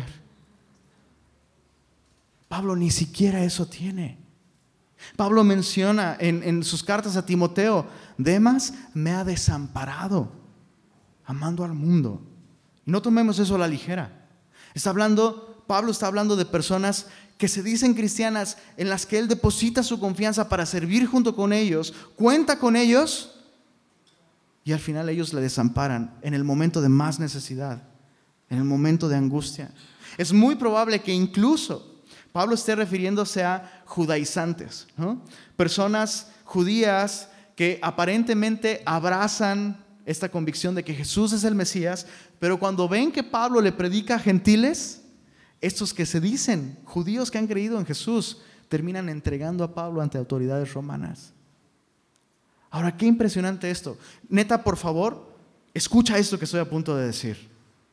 Pablo ni siquiera eso tiene. Pablo menciona en sus cartas a Timoteo, Demas me ha desamparado, amando al mundo. Y no tomemos eso a la ligera. Pablo está hablando de personas que se dicen cristianas, en las que él deposita su confianza para servir junto con ellos, cuenta con ellos, y al final ellos le desamparan en el momento de más necesidad, en el momento de angustia. Es muy probable que incluso Pablo esté refiriéndose a judaizantes, ¿no? Personas judías que aparentemente abrazan esta convicción de que Jesús es el Mesías, pero cuando ven que Pablo le predica a gentiles, estos que se dicen judíos que han creído en Jesús, terminan entregando a Pablo ante autoridades romanas. Ahora, qué impresionante esto. Neta, por favor, escucha esto que estoy a punto de decir.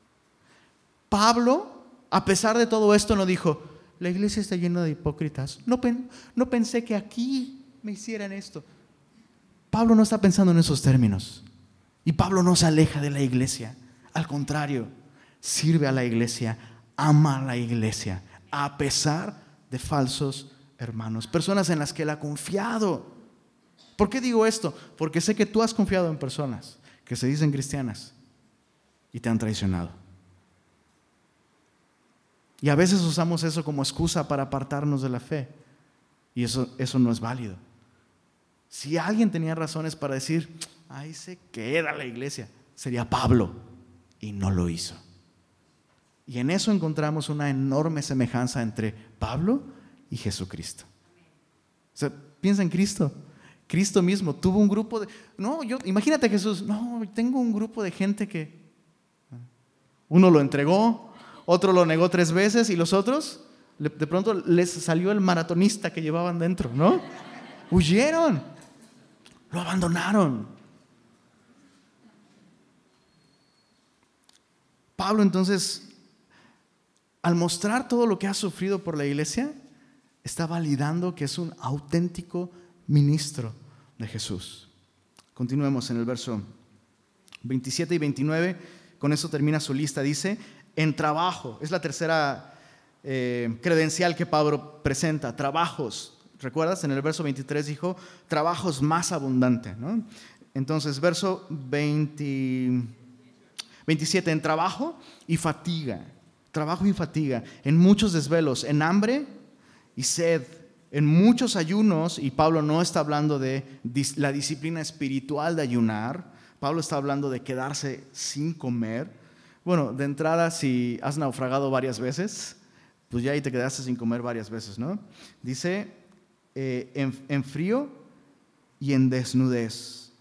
Pablo, a pesar de todo esto, no dijo, la iglesia está llena de hipócritas. No pensé que aquí me hicieran esto. Pablo no está pensando en esos términos. Y Pablo no se aleja de la iglesia. Al contrario, sirve a la iglesia, ama a la iglesia, a pesar de falsos hermanos, personas en las que él ha confiado. ¿Por qué digo esto? Porque sé que tú has confiado en personas que se dicen cristianas y te han traicionado. Y a veces usamos eso como excusa para apartarnos de la fe. Y eso no es válido. Si alguien tenía razones para decir, ahí se queda la iglesia, sería Pablo, y no lo hizo. Y en eso encontramos una enorme semejanza entre Pablo y Jesucristo. O sea, piensa en Cristo. Cristo mismo tuvo un grupo de... imagínate a Jesús, tengo un grupo de gente que... Uno lo entregó, otro lo negó 3 veces y los otros, de pronto les salió el maratonista que llevaban dentro, ¿no? Huyeron, lo abandonaron. Pablo entonces, al mostrar todo lo que ha sufrido por la iglesia, está validando que es un auténtico ministro de Jesús. Continuemos en el verso 27 y 29, con eso termina su lista. Dice, en trabajo, es la tercera credencial que Pablo presenta, trabajos. ¿Recuerdas? En el verso 23 dijo, trabajos más abundantes, ¿no? Entonces, verso 27, en trabajo y fatiga, en muchos desvelos, en hambre y sed, en muchos ayunos. Y Pablo no está hablando de la disciplina espiritual de ayunar, Pablo está hablando de quedarse sin comer. Bueno, de entrada, si has naufragado varias veces, pues ya ahí te quedaste sin comer varias veces, ¿no? Dice, en frío y en desnudez.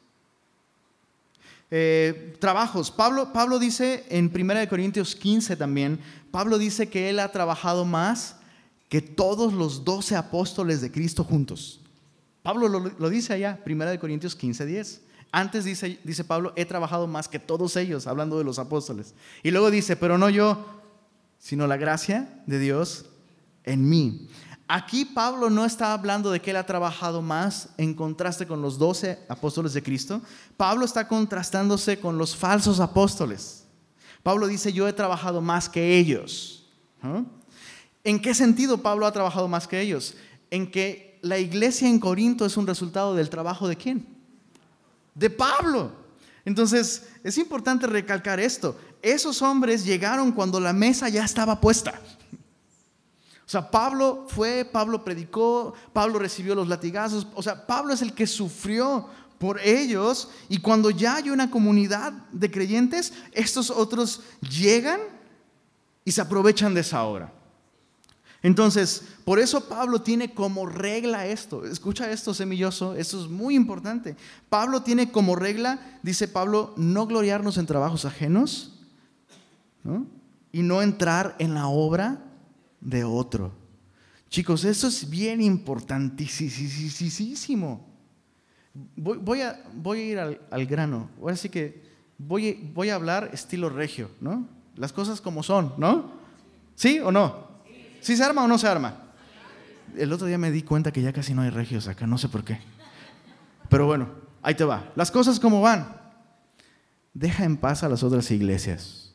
Trabajos. Pablo dice en 1 Corintios 15 también, Pablo dice que él ha trabajado más que todos los 12 apóstoles de Cristo juntos. Pablo lo dice allá, 1 Corintios 15:10. Antes dice Pablo, he trabajado más que todos ellos, hablando de los apóstoles. Y luego dice, pero no yo, sino la gracia de Dios en mí. Aquí Pablo no está hablando de que él ha trabajado más en contraste con los 12 apóstoles de Cristo. Pablo está contrastándose con los falsos apóstoles. Pablo dice, yo he trabajado más que ellos. ¿En qué sentido Pablo ha trabajado más que ellos? En que la iglesia en Corinto es un resultado del trabajo ¿de quién? De Pablo. Entonces es importante recalcar esto. Esos hombres llegaron cuando la mesa ya estaba puesta. O sea, Pablo predicó, Pablo recibió los latigazos. O sea, Pablo es el que sufrió por ellos. Y cuando ya hay una comunidad de creyentes, estos otros llegan y se aprovechan de esa obra. Entonces, por eso Pablo tiene como regla esto. Escucha esto, semilloso, esto es muy importante. Pablo tiene como regla, dice Pablo, no gloriarnos en trabajos ajenos, ¿no? Y no entrar en la obra de otro. Chicos, eso es bien importantísimo. Voy a ir al grano. Ahora sí que voy a hablar estilo regio, ¿no? Las cosas como son, ¿no? ¿Sí o no? ¿Sí se arma o no se arma? El otro día me di cuenta que ya casi no hay regios acá, no sé por qué. Pero bueno, ahí te va. Las cosas como van. Deja en paz a las otras iglesias.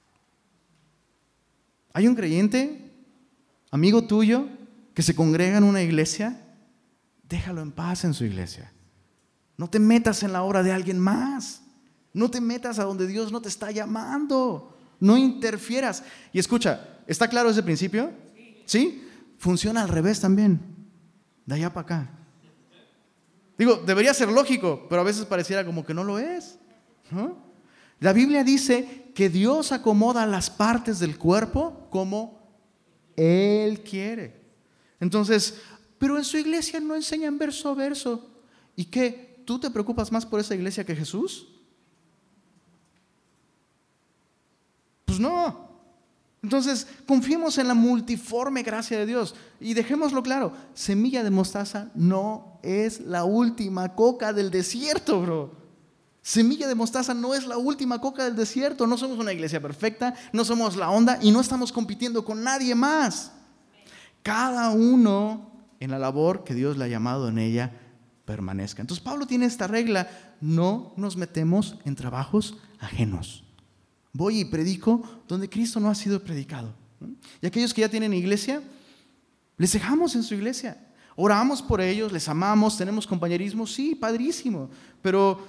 Hay un creyente, amigo tuyo, que se congrega en una iglesia, déjalo en paz en su iglesia. No te metas en la obra de alguien más. No te metas a donde Dios no te está llamando. No interfieras. Y escucha, ¿está claro ese principio? ¿Sí? Funciona al revés también. De allá para acá. Digo, debería ser lógico, pero a veces pareciera como que no lo es, ¿no? La Biblia dice que Dios acomoda las partes del cuerpo como Él quiere. Entonces, pero en su iglesia no enseñan verso a verso. ¿Y qué? ¿Tú te preocupas más por esa iglesia que Jesús? Pues no. Entonces, confiemos en la multiforme gracia de Dios y dejémoslo claro, semilla de mostaza no es la última coca del desierto, bro. Semilla de mostaza no es la última coca del desierto. No somos una iglesia perfecta, no somos la onda y no estamos compitiendo con nadie más. Cada uno en la labor que Dios le ha llamado en ella permanezca. Entonces Pablo tiene esta regla, no nos metemos en trabajos ajenos. Voy y predico donde Cristo no ha sido predicado. Y aquellos que ya tienen iglesia, les dejamos en su iglesia. Oramos por ellos, les amamos, tenemos compañerismo, sí, padrísimo. Pero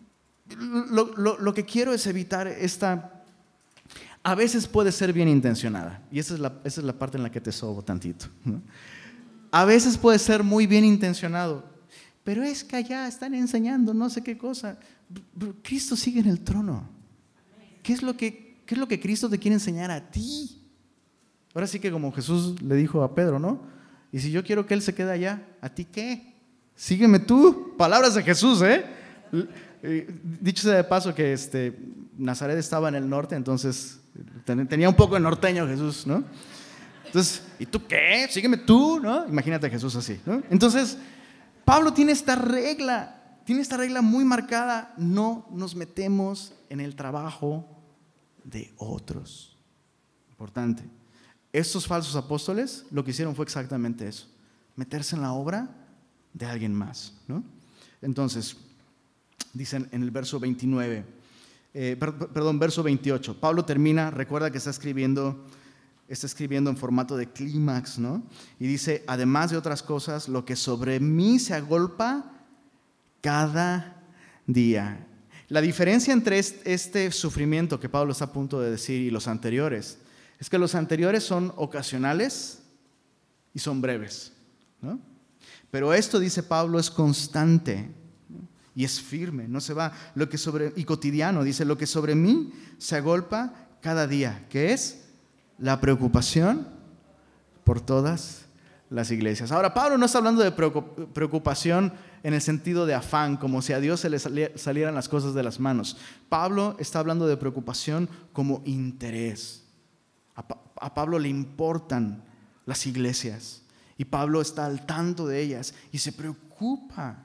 lo que quiero es evitar esta... A veces puede ser bien intencionada. Y esa es la parte en la que te sobo tantito, ¿no? a veces puede ser muy bien intencionado, pero es que allá están enseñando no sé qué cosa. Cristo sigue en el trono. ¿Qué es lo que Cristo te quiere enseñar a ti? Ahora sí que como Jesús le dijo a Pedro, ¿no? Y si yo quiero que Él se quede allá, ¿a ti qué? Sígueme tú. Palabras de Jesús, ¿eh? Dicho sea de paso que Nazaret estaba en el norte, entonces tenía un poco de norteño Jesús, ¿no? Entonces, ¿y tú qué? Sígueme tú, ¿no? Imagínate a Jesús así, ¿no? Entonces, Pablo tiene esta regla muy marcada: no nos metemos en el trabajo de otros. Importante. Estos falsos apóstoles lo que hicieron fue exactamente eso: meterse en la obra de alguien más, ¿no? Entonces, dicen en el verso 29, verso 28, Pablo termina, recuerda que está escribiendo en formato de clímax, ¿no? Y dice: además de otras cosas, lo que sobre mí se agolpa cada día. La diferencia entre este sufrimiento que Pablo está a punto de decir y los anteriores es que los anteriores son ocasionales y son breves, ¿no? Pero esto, dice Pablo, es constante, ¿no? Y es firme, no se va. Y cotidiano, dice: lo que sobre mí se agolpa cada día, que es la preocupación por todas las iglesias. Ahora, Pablo no está hablando de preocupación en el sentido de afán, como si a Dios se le salieran las cosas de las manos. Pablo está hablando de preocupación como interés. A Pablo le importan las iglesias y Pablo está al tanto de ellas y se preocupa.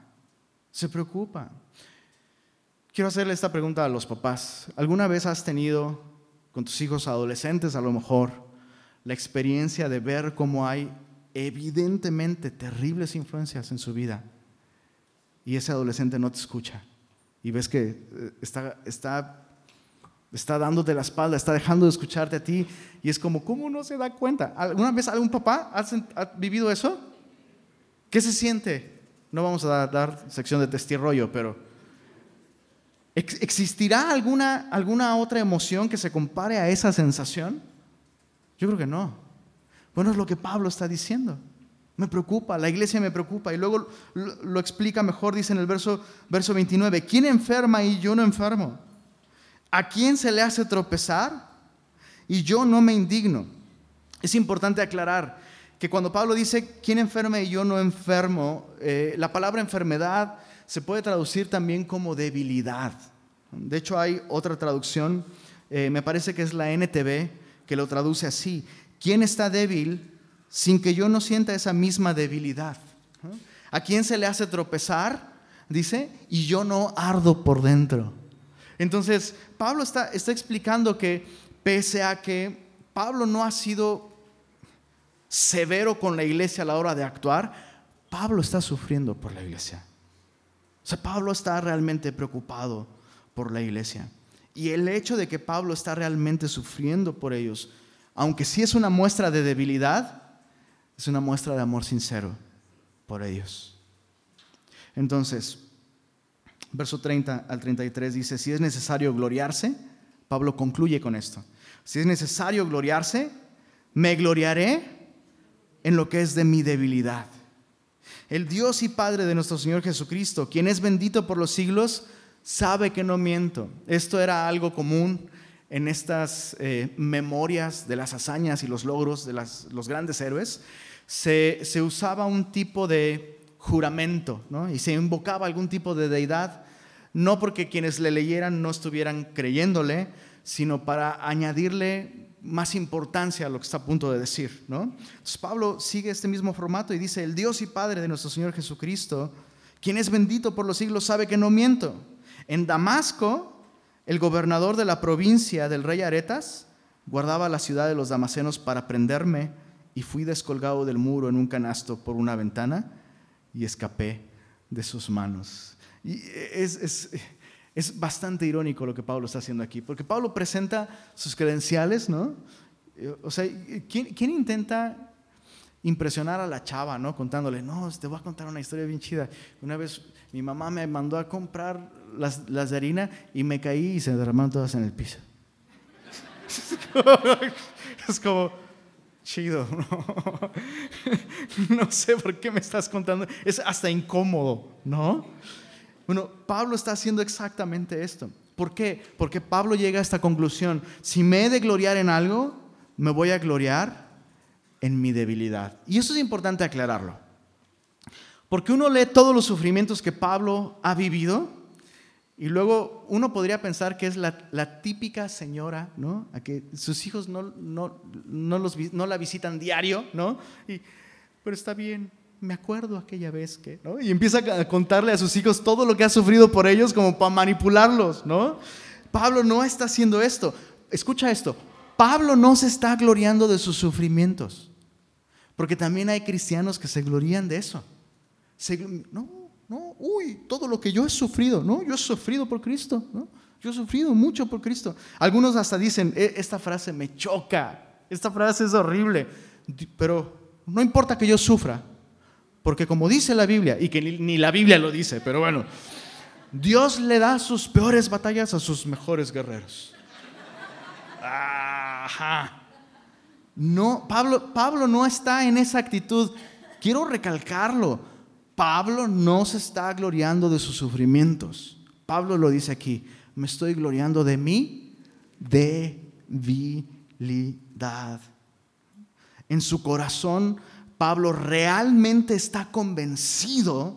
Quiero hacerle esta pregunta a los papás. ¿Alguna vez has tenido con tus hijos adolescentes, a lo mejor, la experiencia de ver cómo hay evidentemente terribles influencias en su vida y ese adolescente no te escucha y ves que está dándote la espalda, está dejando de escucharte a ti y es como, ¿cómo no se da cuenta? ¿Alguna vez algún papá ha vivido eso? ¿Qué se siente? No vamos a dar sección de testirrollo, pero ¿existirá alguna otra emoción que se compare a esa sensación? Yo creo que no. Bueno, es lo que Pablo está diciendo. Me preocupa, la iglesia me preocupa. Y luego lo explica mejor, dice en el verso 29, ¿quién enferma y yo no enfermo? ¿A quién se le hace tropezar y yo no me indigno? Es importante aclarar que cuando Pablo dice ¿quién enferma y yo no enfermo?, la palabra enfermedad se puede traducir también como debilidad. De hecho, hay otra traducción, me parece que es la NTV, que lo traduce así: ¿quién está débil sin que yo no sienta esa misma debilidad? ¿A quién se le hace tropezar? Dice, y yo no ardo por dentro. Entonces, Pablo está explicando que pese a que Pablo no ha sido severo con la iglesia a la hora de actuar, Pablo está sufriendo por la iglesia. O sea, Pablo está realmente preocupado por la iglesia. Y el hecho de que Pablo está realmente sufriendo por ellos, aunque sí es una muestra de debilidad, es una muestra de amor sincero por ellos. Entonces, verso 30 al 33 dice: si es necesario gloriarse, Pablo concluye con esto: si es necesario gloriarse, me gloriaré en lo que es de mi debilidad. El Dios y Padre de nuestro Señor Jesucristo, quien es bendito por los siglos, sabe que no miento. Esto era algo común en estas memorias de las hazañas y los logros de los grandes héroes. Se usaba un tipo de juramento, ¿no? Y se invocaba algún tipo de deidad, no porque quienes le leyeran no estuvieran creyéndole, sino para añadirle más importancia a lo que está a punto de decir, ¿no? Entonces Pablo sigue este mismo formato y dice: el Dios y Padre de nuestro Señor Jesucristo, quien es bendito por los siglos, sabe que no miento. En Damasco, el gobernador de la provincia del rey Aretas guardaba la ciudad de los damascenos para prenderme, y fui descolgado del muro en un canasto por una ventana y escapé de sus manos. Y es bastante irónico lo que Pablo está haciendo aquí, porque Pablo presenta sus credenciales, ¿no? O sea, ¿quién intenta impresionar a la chava, ¿no? Contándole: no, te voy a contar una historia bien chida. Una vez mi mamá me mandó a comprar las de harina y me caí y se derramaron todas en el piso. Es como, chido. No sé por qué me estás contando. Es hasta incómodo, ¿no? Bueno, Pablo está haciendo exactamente esto. ¿Por qué? Porque Pablo llega a esta conclusión. Si me he de gloriar en algo, me voy a gloriar en mi debilidad. Y eso es importante aclararlo. Porque uno lee todos los sufrimientos que Pablo ha vivido y luego uno podría pensar que es la típica señora, ¿no? A que sus hijos no la visitan diario, ¿no? Pero está bien, me acuerdo aquella vez que, ¿no? Y empieza a contarle a sus hijos todo lo que ha sufrido por ellos como para manipularlos, ¿no? Pablo no está haciendo esto. Escucha esto. Pablo no se está gloriando de sus sufrimientos. Porque también hay cristianos que se glorían de eso. Todo lo que yo he sufrido, ¿no? Yo he sufrido por Cristo, ¿no? Yo he sufrido mucho por Cristo. Algunos hasta dicen, esta frase me choca, esta frase es horrible, pero no importa que yo sufra, porque como dice la Biblia, y que ni la Biblia lo dice, pero bueno, Dios le da sus peores batallas a sus mejores guerreros. Ajá. No, Pablo no está en esa actitud. Quiero recalcarlo. Pablo no se está gloriando de sus sufrimientos. Pablo lo dice aquí: me estoy gloriando de mi debilidad. En su corazón, Pablo realmente está convencido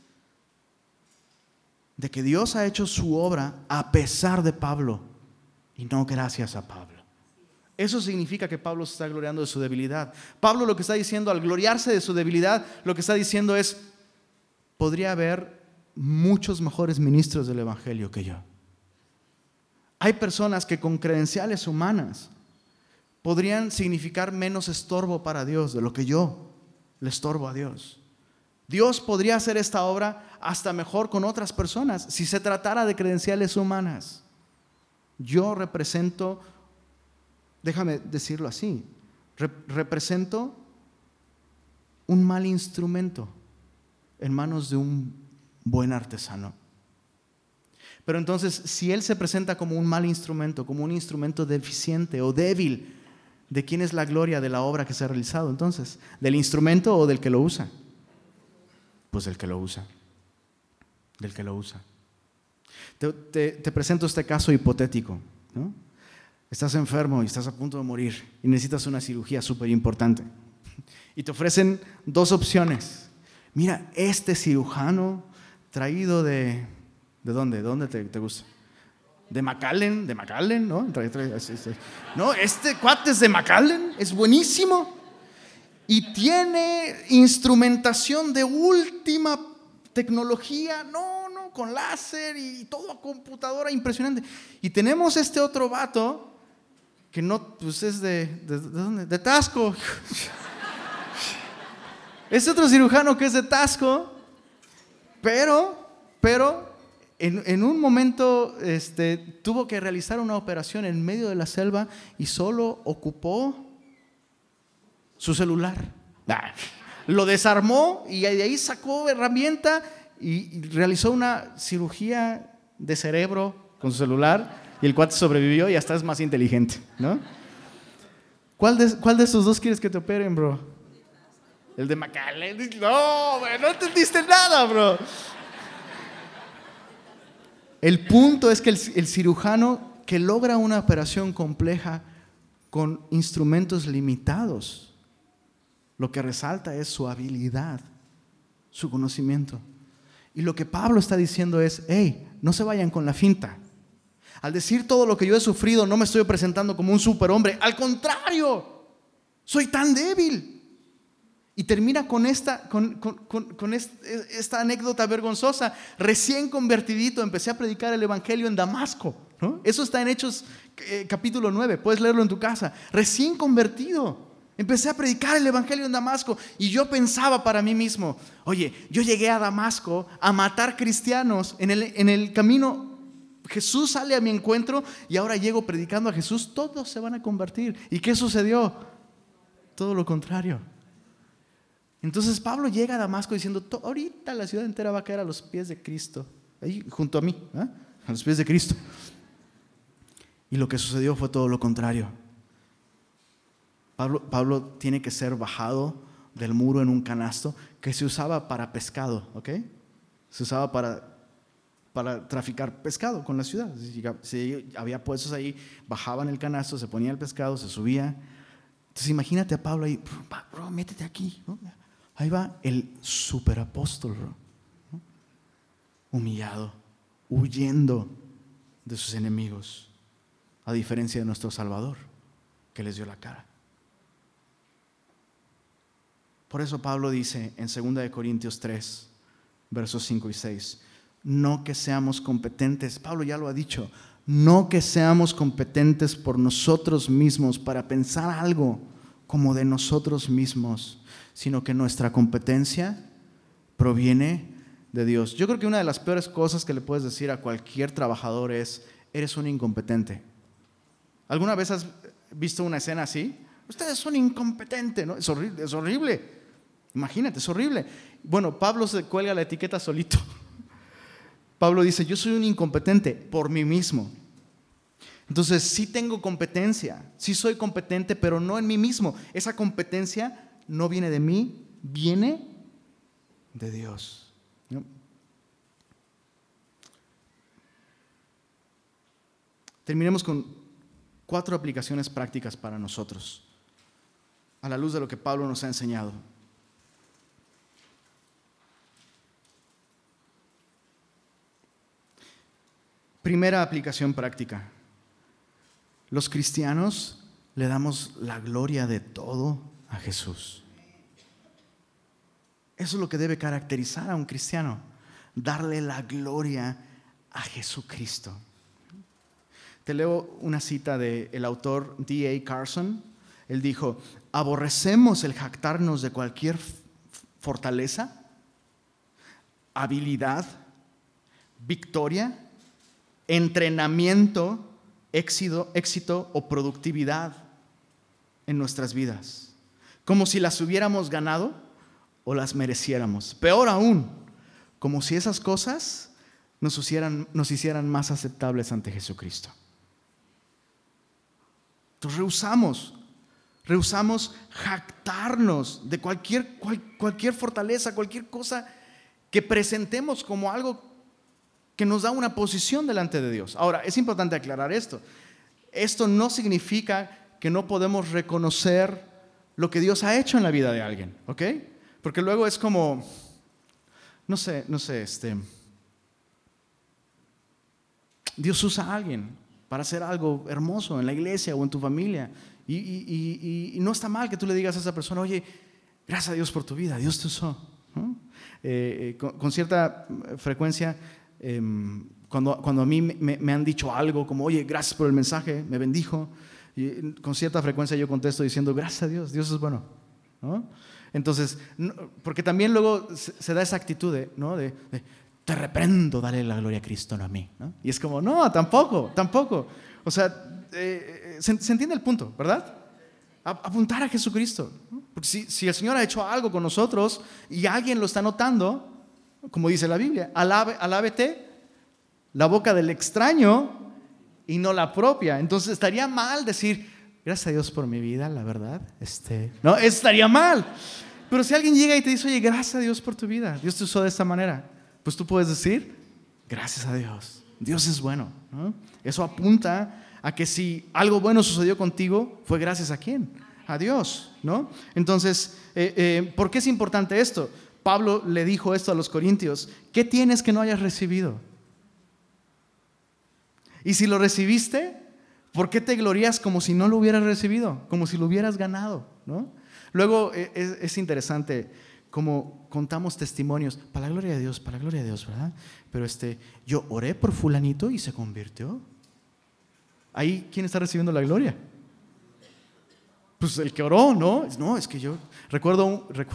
de que Dios ha hecho su obra a pesar de Pablo y no gracias a Pablo. Eso significa que Pablo se está gloriando de su debilidad. Pablo lo que está diciendo al gloriarse de su debilidad, lo que está diciendo es: podría haber muchos mejores ministros del Evangelio que yo. Hay personas que con credenciales humanas podrían significar menos estorbo para Dios de lo que yo le estorbo a Dios. Dios podría hacer esta obra hasta mejor con otras personas si se tratara de credenciales humanas. Yo represento, déjame decirlo así, represento un mal instrumento en manos de un buen artesano. Pero entonces, si él se presenta como un mal instrumento, como un instrumento deficiente o débil, ¿de quién es la gloria de la obra que se ha realizado entonces? ¿Del instrumento o del que lo usa? Pues del que lo usa. Del que lo usa. Te presento este caso hipotético, ¿no? Estás enfermo y estás a punto de morir y necesitas una cirugía súper importante. Y te ofrecen dos opciones. Mira, este cirujano traído ¿de dónde? ¿Dónde te gusta? De McAllen, ¿no? No, este cuate es de McAllen, es buenísimo. Y tiene instrumentación de última tecnología, con láser y todo a computadora, impresionante. Y tenemos este otro vato que no, pues es ¿de dónde? De Tasco. Este otro cirujano que es de Tasco, pero en un momento tuvo que realizar una operación en medio de la selva y solo ocupó su celular. Lo desarmó y de ahí sacó herramienta y realizó una cirugía de cerebro con su celular y el cuate sobrevivió y hasta es más inteligente, ¿no? ¿Cuál de esos dos quieres que te operen, bro? El de McAllen. No, güey, no entendiste nada, bro. El punto es que el cirujano que logra una operación compleja con instrumentos limitados, lo que resalta es su habilidad, su conocimiento. Y lo que Pablo está diciendo es: hey, no se vayan con la finta. Al decir todo lo que yo he sufrido, no me estoy presentando como un superhombre. Al contrario, soy tan débil. Y termina con esta anécdota vergonzosa. Recién convertidito, empecé a predicar el evangelio en Damasco, ¿no? Eso está en Hechos capítulo 9, puedes leerlo en tu casa. Recién convertido, empecé a predicar el evangelio en Damasco. Y yo pensaba para mí mismo: oye, yo llegué a Damasco a matar cristianos en el camino. Jesús sale a mi encuentro y ahora llego predicando a Jesús, todos se van a convertir. ¿Y qué sucedió? Todo lo contrario. Entonces Pablo llega a Damasco diciendo: ahorita la ciudad entera va a caer a los pies de Cristo, ahí junto a mí, a los pies de Cristo. Y lo que sucedió fue todo lo contrario. Pablo tiene que ser bajado del muro en un canasto que se usaba para pescado, ¿ok? Se usaba para traficar pescado con la ciudad. Si había puestos ahí, bajaban el canasto, se ponía el pescado, se subía. Entonces imagínate a Pablo ahí, bro, métete aquí, ¿no? Ahí va el superapóstol, bro, ¿no? Humillado, huyendo de sus enemigos, a diferencia de nuestro Salvador, que les dio la cara. Por eso Pablo dice en 2 Corintios 3, versos 5 y 6, no que seamos competentes, Pablo ya lo ha dicho, no que seamos competentes por nosotros mismos para pensar algo como de nosotros mismos, sino que nuestra competencia proviene de Dios. Yo creo que una de las peores cosas que le puedes decir a cualquier trabajador es: eres un incompetente. ¿Alguna vez has visto una escena así? Ustedes son incompetentes, ¿no? Es horrible, es horrible. Imagínate, es horrible. Bueno, Pablo se cuelga la etiqueta solito. Pablo dice: yo soy un incompetente por mí mismo. Entonces sí tengo competencia, sí soy competente, pero no en mí mismo. Esa competencia no viene de mí, viene de Dios, ¿no? Terminemos con 4 aplicaciones prácticas para nosotros, a la luz de lo que Pablo nos ha enseñado. Primera aplicación práctica: los cristianos le damos la gloria de todo a Jesús. Eso es lo que debe caracterizar a un cristiano, darle la gloria a Jesucristo. Te leo una cita del autor D.A. Carson. Él dijo: aborrecemos el jactarnos de cualquier fortaleza, habilidad, victoria, entrenamiento, éxito o productividad en nuestras vidas, como si las hubiéramos ganado o las mereciéramos. Peor aún, como si esas cosas nos hicieran más aceptables ante Jesucristo. Entonces rehusamos jactarnos de cualquier fortaleza, cualquier cosa que presentemos como algo que nos da una posición delante de Dios. Ahora, es importante aclarar esto. Esto no significa que no podemos reconocer lo que Dios ha hecho en la vida de alguien, ¿ok? Porque luego es como, no sé, Dios usa a alguien para hacer algo hermoso en la iglesia o en tu familia. Y no está mal que tú le digas a esa persona: oye, gracias a Dios por tu vida, Dios te usó, ¿no? Con cierta frecuencia, cuando a mí me han dicho algo como: oye, gracias por el mensaje, me bendijo, y con cierta frecuencia yo contesto diciendo: gracias a Dios, Dios es bueno, ¿no? Entonces, porque también luego se da esa actitud ¿no? de te reprendo, dale la gloria a Cristo, no a mí, ¿no? Y es como: no, tampoco. O sea, se entiende el punto, ¿verdad? Apuntar a Jesucristo, ¿no? Porque si el Señor ha hecho algo con nosotros y alguien lo está notando, como dice la Biblia, alábete la boca del extraño y no la propia. Entonces estaría mal decir: gracias a Dios por mi vida, la verdad, no, estaría mal. Pero si alguien llega y te dice: oye, gracias a Dios por tu vida, Dios te usó de esta manera, pues tú puedes decir: gracias a Dios, Dios es bueno, ¿no? Eso apunta a que si algo bueno sucedió contigo, fue gracias a ¿quién? A Dios, ¿no? Entonces, ¿por qué es importante esto? Pablo le dijo esto a los corintios: ¿qué tienes que no hayas recibido? Y si lo recibiste, ¿por qué te glorías como si no lo hubieras recibido? Como si lo hubieras ganado, ¿no? Luego es interesante cómo contamos testimonios, para la gloria de Dios, ¿verdad? Pero yo oré por fulanito y se convirtió. Ahí, ¿quién está recibiendo la gloria? Pues el que oró, ¿no? No, es que yo recuerdo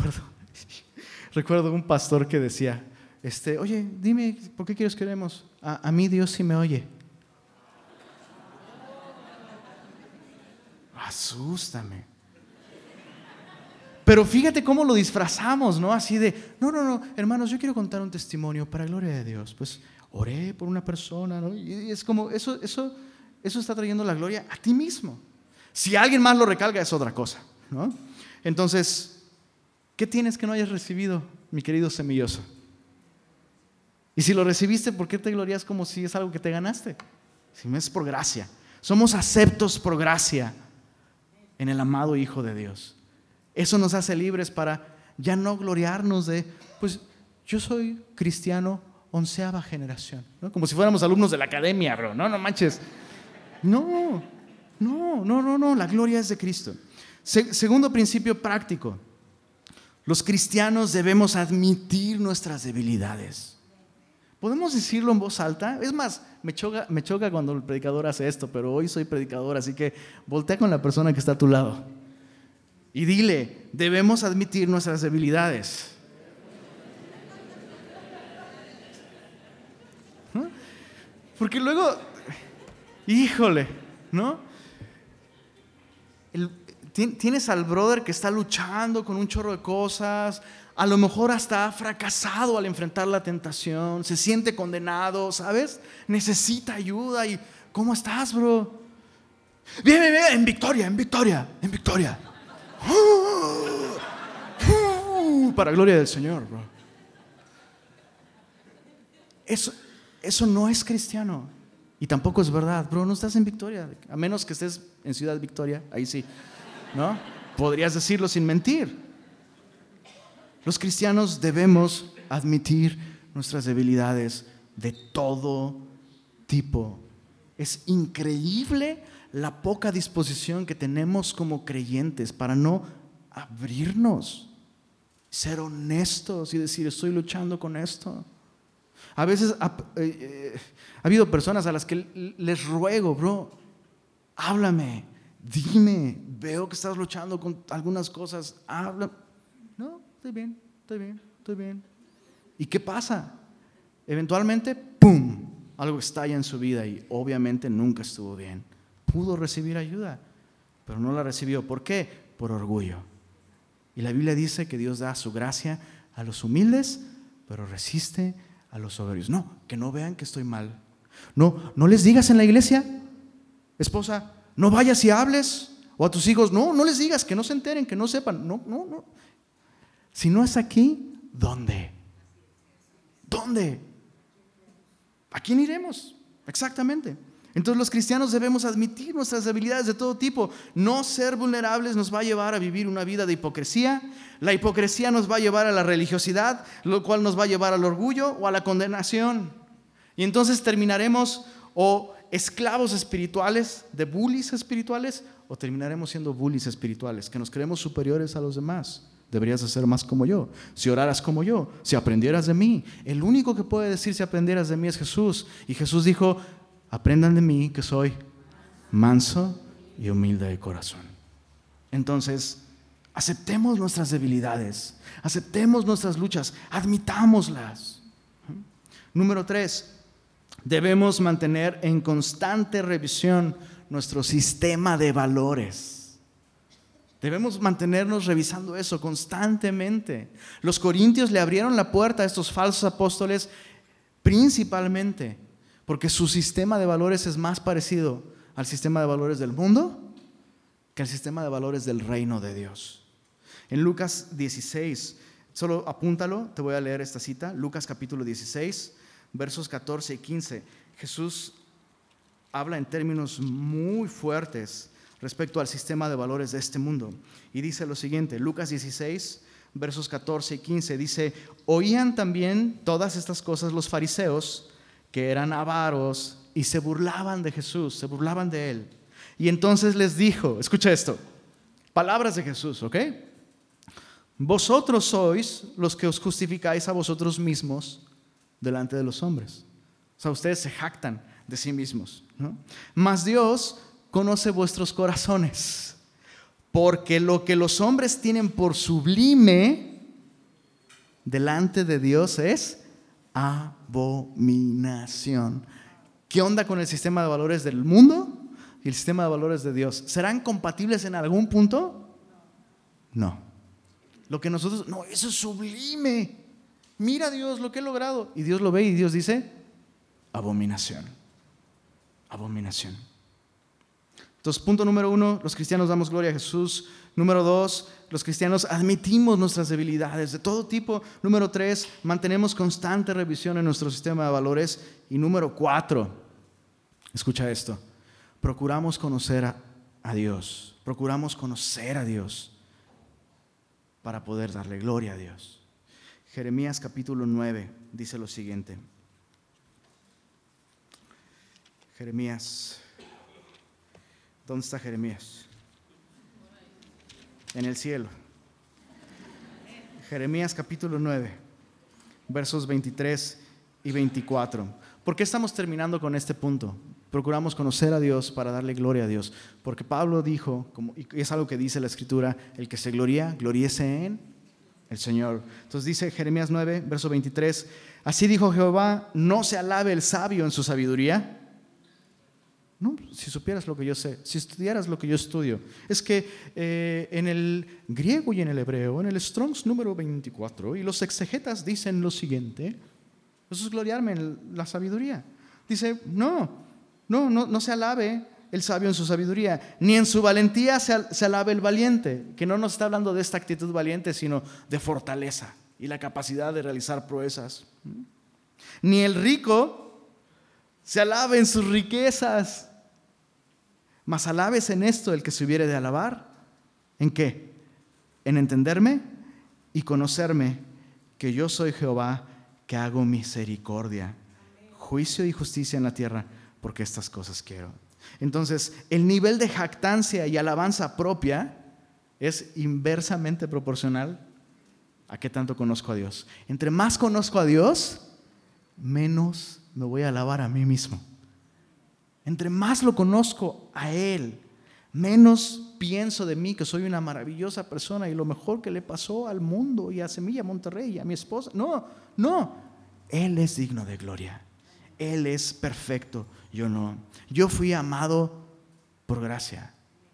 un pastor que decía: oye, dime, ¿por qué quieres que oremos? A mí Dios sí me oye. Asústame. Pero fíjate cómo lo disfrazamos, ¿no? Así de, no, hermanos, yo quiero contar un testimonio para la gloria de Dios. Pues oré por una persona, ¿no? Y es como, eso está trayendo la gloria a ti mismo. Si alguien más lo recalca es otra cosa, ¿no? Entonces, ¿qué tienes que no hayas recibido, mi querido semilloso? Y si lo recibiste, ¿por qué te glorias como si es algo que te ganaste? Si no, es por gracia. Somos aceptos por gracia en el amado Hijo de Dios. Eso nos hace libres para ya no gloriarnos de, pues yo soy cristiano 11ª generación, ¿no? Como si fuéramos alumnos de la academia, bro. No manches. No, la gloria es de Cristo. Segundo principio práctico. Los cristianos debemos admitir nuestras debilidades. ¿Podemos decirlo en voz alta? Es más, me choca cuando el predicador hace esto, pero hoy soy predicador, así que voltea con la persona que está a tu lado y dile, debemos admitir nuestras debilidades. ¿No? Porque luego, híjole, ¿no? Tienes al brother que está luchando con un chorro de cosas, a lo mejor hasta ha fracasado al enfrentar la tentación, se siente condenado, ¿sabes? Necesita ayuda y ¿cómo estás, bro? Bien, en victoria. Para gloria del Señor, bro. Eso no es cristiano y tampoco es verdad, bro. No estás en victoria, a menos que estés en Ciudad Victoria, ahí sí, ¿no? Podrías decirlo sin mentir. Los cristianos debemos admitir nuestras debilidades de todo tipo. Es increíble la poca disposición que tenemos como creyentes para no abrirnos, ser honestos y decir, estoy luchando con esto. A veces ha habido personas a las que les ruego, bro, háblame, dime, veo que estás luchando con algunas cosas, habla. No, estoy bien. ¿Y qué pasa? Eventualmente, ¡pum!, algo estalla en su vida y obviamente nunca estuvo bien. Pudo recibir ayuda, pero no la recibió. ¿Por qué? Por orgullo. Y la Biblia dice que Dios da su gracia a los humildes, pero resiste a los soberbios. No, que no vean que estoy mal. No les digas en la iglesia, esposa, no vayas y hables. O a tus hijos, no les digas, que no se enteren, que no sepan. No. Si no es aquí, ¿dónde? ¿A quién iremos? Exactamente. Entonces los cristianos debemos admitir nuestras debilidades de todo tipo. No ser vulnerables nos va a llevar a vivir una vida de hipocresía. La hipocresía nos va a llevar a la religiosidad, lo cual nos va a llevar al orgullo o a la condenación. Y entonces terminaremos o esclavos espirituales, de bullies espirituales, o terminaremos siendo bullies espirituales, que nos creemos superiores a los demás. Deberías hacer más como yo, si oraras como yo, si aprendieras de mí. El único que puede decir si aprendieras de mí es Jesús. Y Jesús dijo, aprendan de mí que soy manso y humilde de corazón. Entonces, aceptemos nuestras debilidades, aceptemos nuestras luchas, admitámoslas. Número 3, debemos mantener en constante revisión nuestro sistema de valores. Debemos mantenernos revisando eso constantemente. Los corintios le abrieron la puerta a estos falsos apóstoles principalmente porque su sistema de valores es más parecido al sistema de valores del mundo que al sistema de valores del reino de Dios. En Lucas 16, solo apúntalo, te voy a leer esta cita, Lucas capítulo 16, versos 14 y 15. Jesús habla en términos muy fuertes respecto al sistema de valores de este mundo. Y dice lo siguiente, Lucas 16, versos 14 y 15, dice, oían también todas estas cosas los fariseos, que eran avaros, y se burlaban de Jesús, se burlaban de él. Y entonces les dijo, escucha esto, palabras de Jesús, ¿ok? Vosotros sois los que os justificáis a vosotros mismos delante de los hombres. O sea, ustedes se jactan de sí mismos, ¿no? Mas Dios conoce vuestros corazones, porque lo que los hombres tienen por sublime delante de Dios es abominación. ¿Qué onda con el sistema de valores del mundo y el sistema de valores de Dios? ¿Serán compatibles en algún punto? No. Lo que nosotros, no, eso es sublime. Mira Dios lo que he logrado. Y Dios lo ve y Dios dice, abominación. Abominación. Entonces, punto número 1, los cristianos damos gloria a Jesús. Número 2, los cristianos admitimos nuestras debilidades de todo tipo. Número 3, mantenemos constante revisión en nuestro sistema de valores. Y número 4, escucha esto, procuramos conocer a Dios. Procuramos conocer a Dios para poder darle gloria a Dios. Jeremías capítulo 9 dice lo siguiente. Jeremías. ¿Dónde está Jeremías? En el cielo. Jeremías capítulo 9, versos 23 y 24. ¿Por qué estamos terminando con este punto? Procuramos conocer a Dios para darle gloria a Dios. Porque Pablo dijo, y es algo que dice la Escritura, el que se gloría, gloríese en el Señor. Entonces dice Jeremías 9, verso 23, así dijo Jehová, no se alabe el sabio en su sabiduría. No, si supieras lo que yo sé, si estudiaras lo que yo estudio. Es que en el griego y en el hebreo, en el Strong's número 24, y los exegetas dicen lo siguiente, eso es gloriarme en la sabiduría. Dice, no se alabe el sabio en su sabiduría, ni en su valentía se alabe el valiente, que no nos está hablando de esta actitud valiente, sino de fortaleza y la capacidad de realizar proezas. Ni el rico se alabe en sus riquezas, mas alabes en esto el que se hubiere de alabar. ¿En qué? En entenderme y conocerme, que yo soy Jehová, que hago misericordia, juicio y justicia en la tierra, porque estas cosas quiero. Entonces, el nivel de jactancia y alabanza propia es inversamente proporcional a qué tanto conozco a Dios. Entre más conozco a Dios, menos me voy a alabar a mí mismo. Entre más lo conozco a Él, menos pienso de mí que soy una maravillosa persona y lo mejor que le pasó al mundo y a Semilla Monterrey y a mi esposa. No, Él es digno de gloria. Él es perfecto, yo no. Yo fui amado por gracia.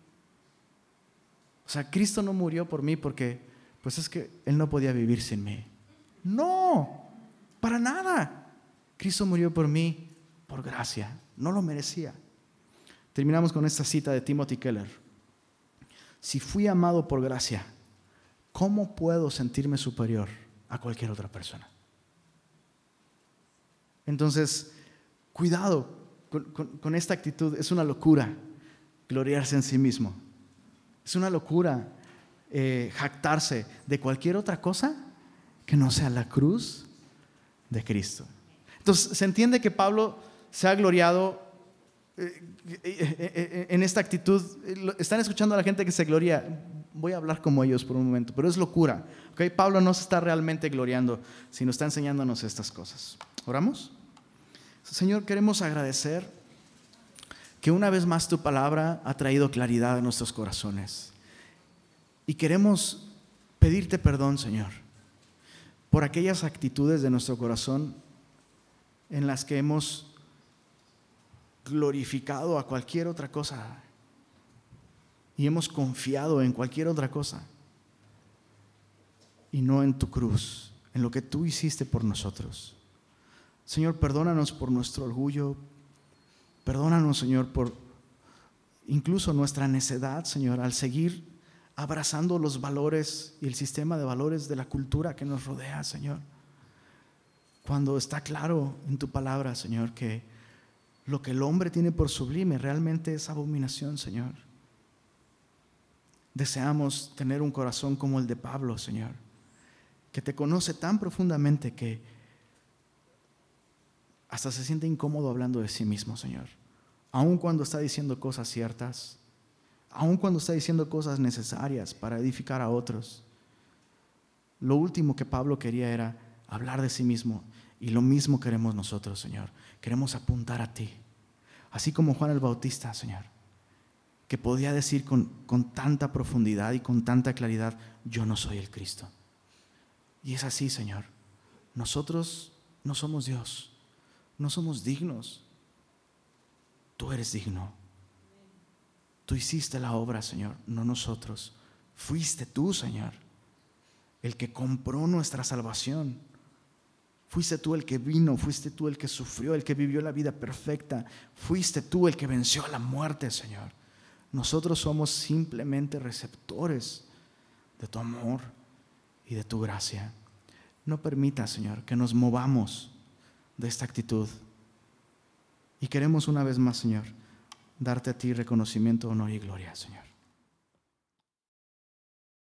O sea, Cristo no murió por mí porque, pues es que Él no podía vivir sin mí. No, para nada. Cristo murió por mí por gracia. No lo merecía. Terminamos con esta cita de Timothy Keller. Si fui amado por gracia, ¿cómo puedo sentirme superior a cualquier otra persona? Entonces, cuidado con esta actitud. Es una locura gloriarse en sí mismo. Es una locura jactarse de cualquier otra cosa que no sea la cruz de Cristo. Entonces, se entiende que Pablo se ha gloriado en esta actitud. Están escuchando a la gente que se gloria. Voy a hablar como ellos por un momento, pero es locura. ¿Okay? Pablo no se está realmente gloriando, sino está enseñándonos estas cosas. ¿Oramos? Señor, queremos agradecer que una vez más tu palabra ha traído claridad a nuestros corazones. Y queremos pedirte perdón, Señor, por aquellas actitudes de nuestro corazón en las que hemos glorificado a cualquier otra cosa y hemos confiado en cualquier otra cosa y no en tu cruz, en lo que tú hiciste por nosotros. Señor, perdónanos por nuestro orgullo, perdónanos, Señor, por incluso nuestra necedad, Señor, al seguir abrazando los valores y el sistema de valores de la cultura que nos rodea, Señor. Cuando está claro en tu palabra, Señor, que lo que el hombre tiene por sublime realmente es abominación, Señor. Deseamos tener un corazón como el de Pablo, Señor, que te conoce tan profundamente que hasta se siente incómodo hablando de sí mismo, Señor. Aun cuando está diciendo cosas ciertas, aun cuando está diciendo cosas necesarias para edificar a otros. Lo último que Pablo quería era hablar de sí mismo. Y lo mismo queremos nosotros, Señor. Queremos apuntar a ti. Así como Juan el Bautista, Señor, que podía decir con tanta profundidad y con tanta claridad, yo no soy el Cristo. Y es así, Señor. Nosotros no somos Dios. No somos dignos. Tú eres digno. Tú hiciste la obra, Señor, no nosotros. Fuiste tú, Señor, el que compró nuestra salvación. Fuiste tú el que vino, fuiste tú el que sufrió, el que vivió la vida perfecta. Fuiste tú el que venció a la muerte, Señor. Nosotros somos simplemente receptores de tu amor y de tu gracia. No permita, Señor, que nos movamos de esta actitud. Y queremos una vez más, Señor, darte a ti reconocimiento, honor y gloria, Señor.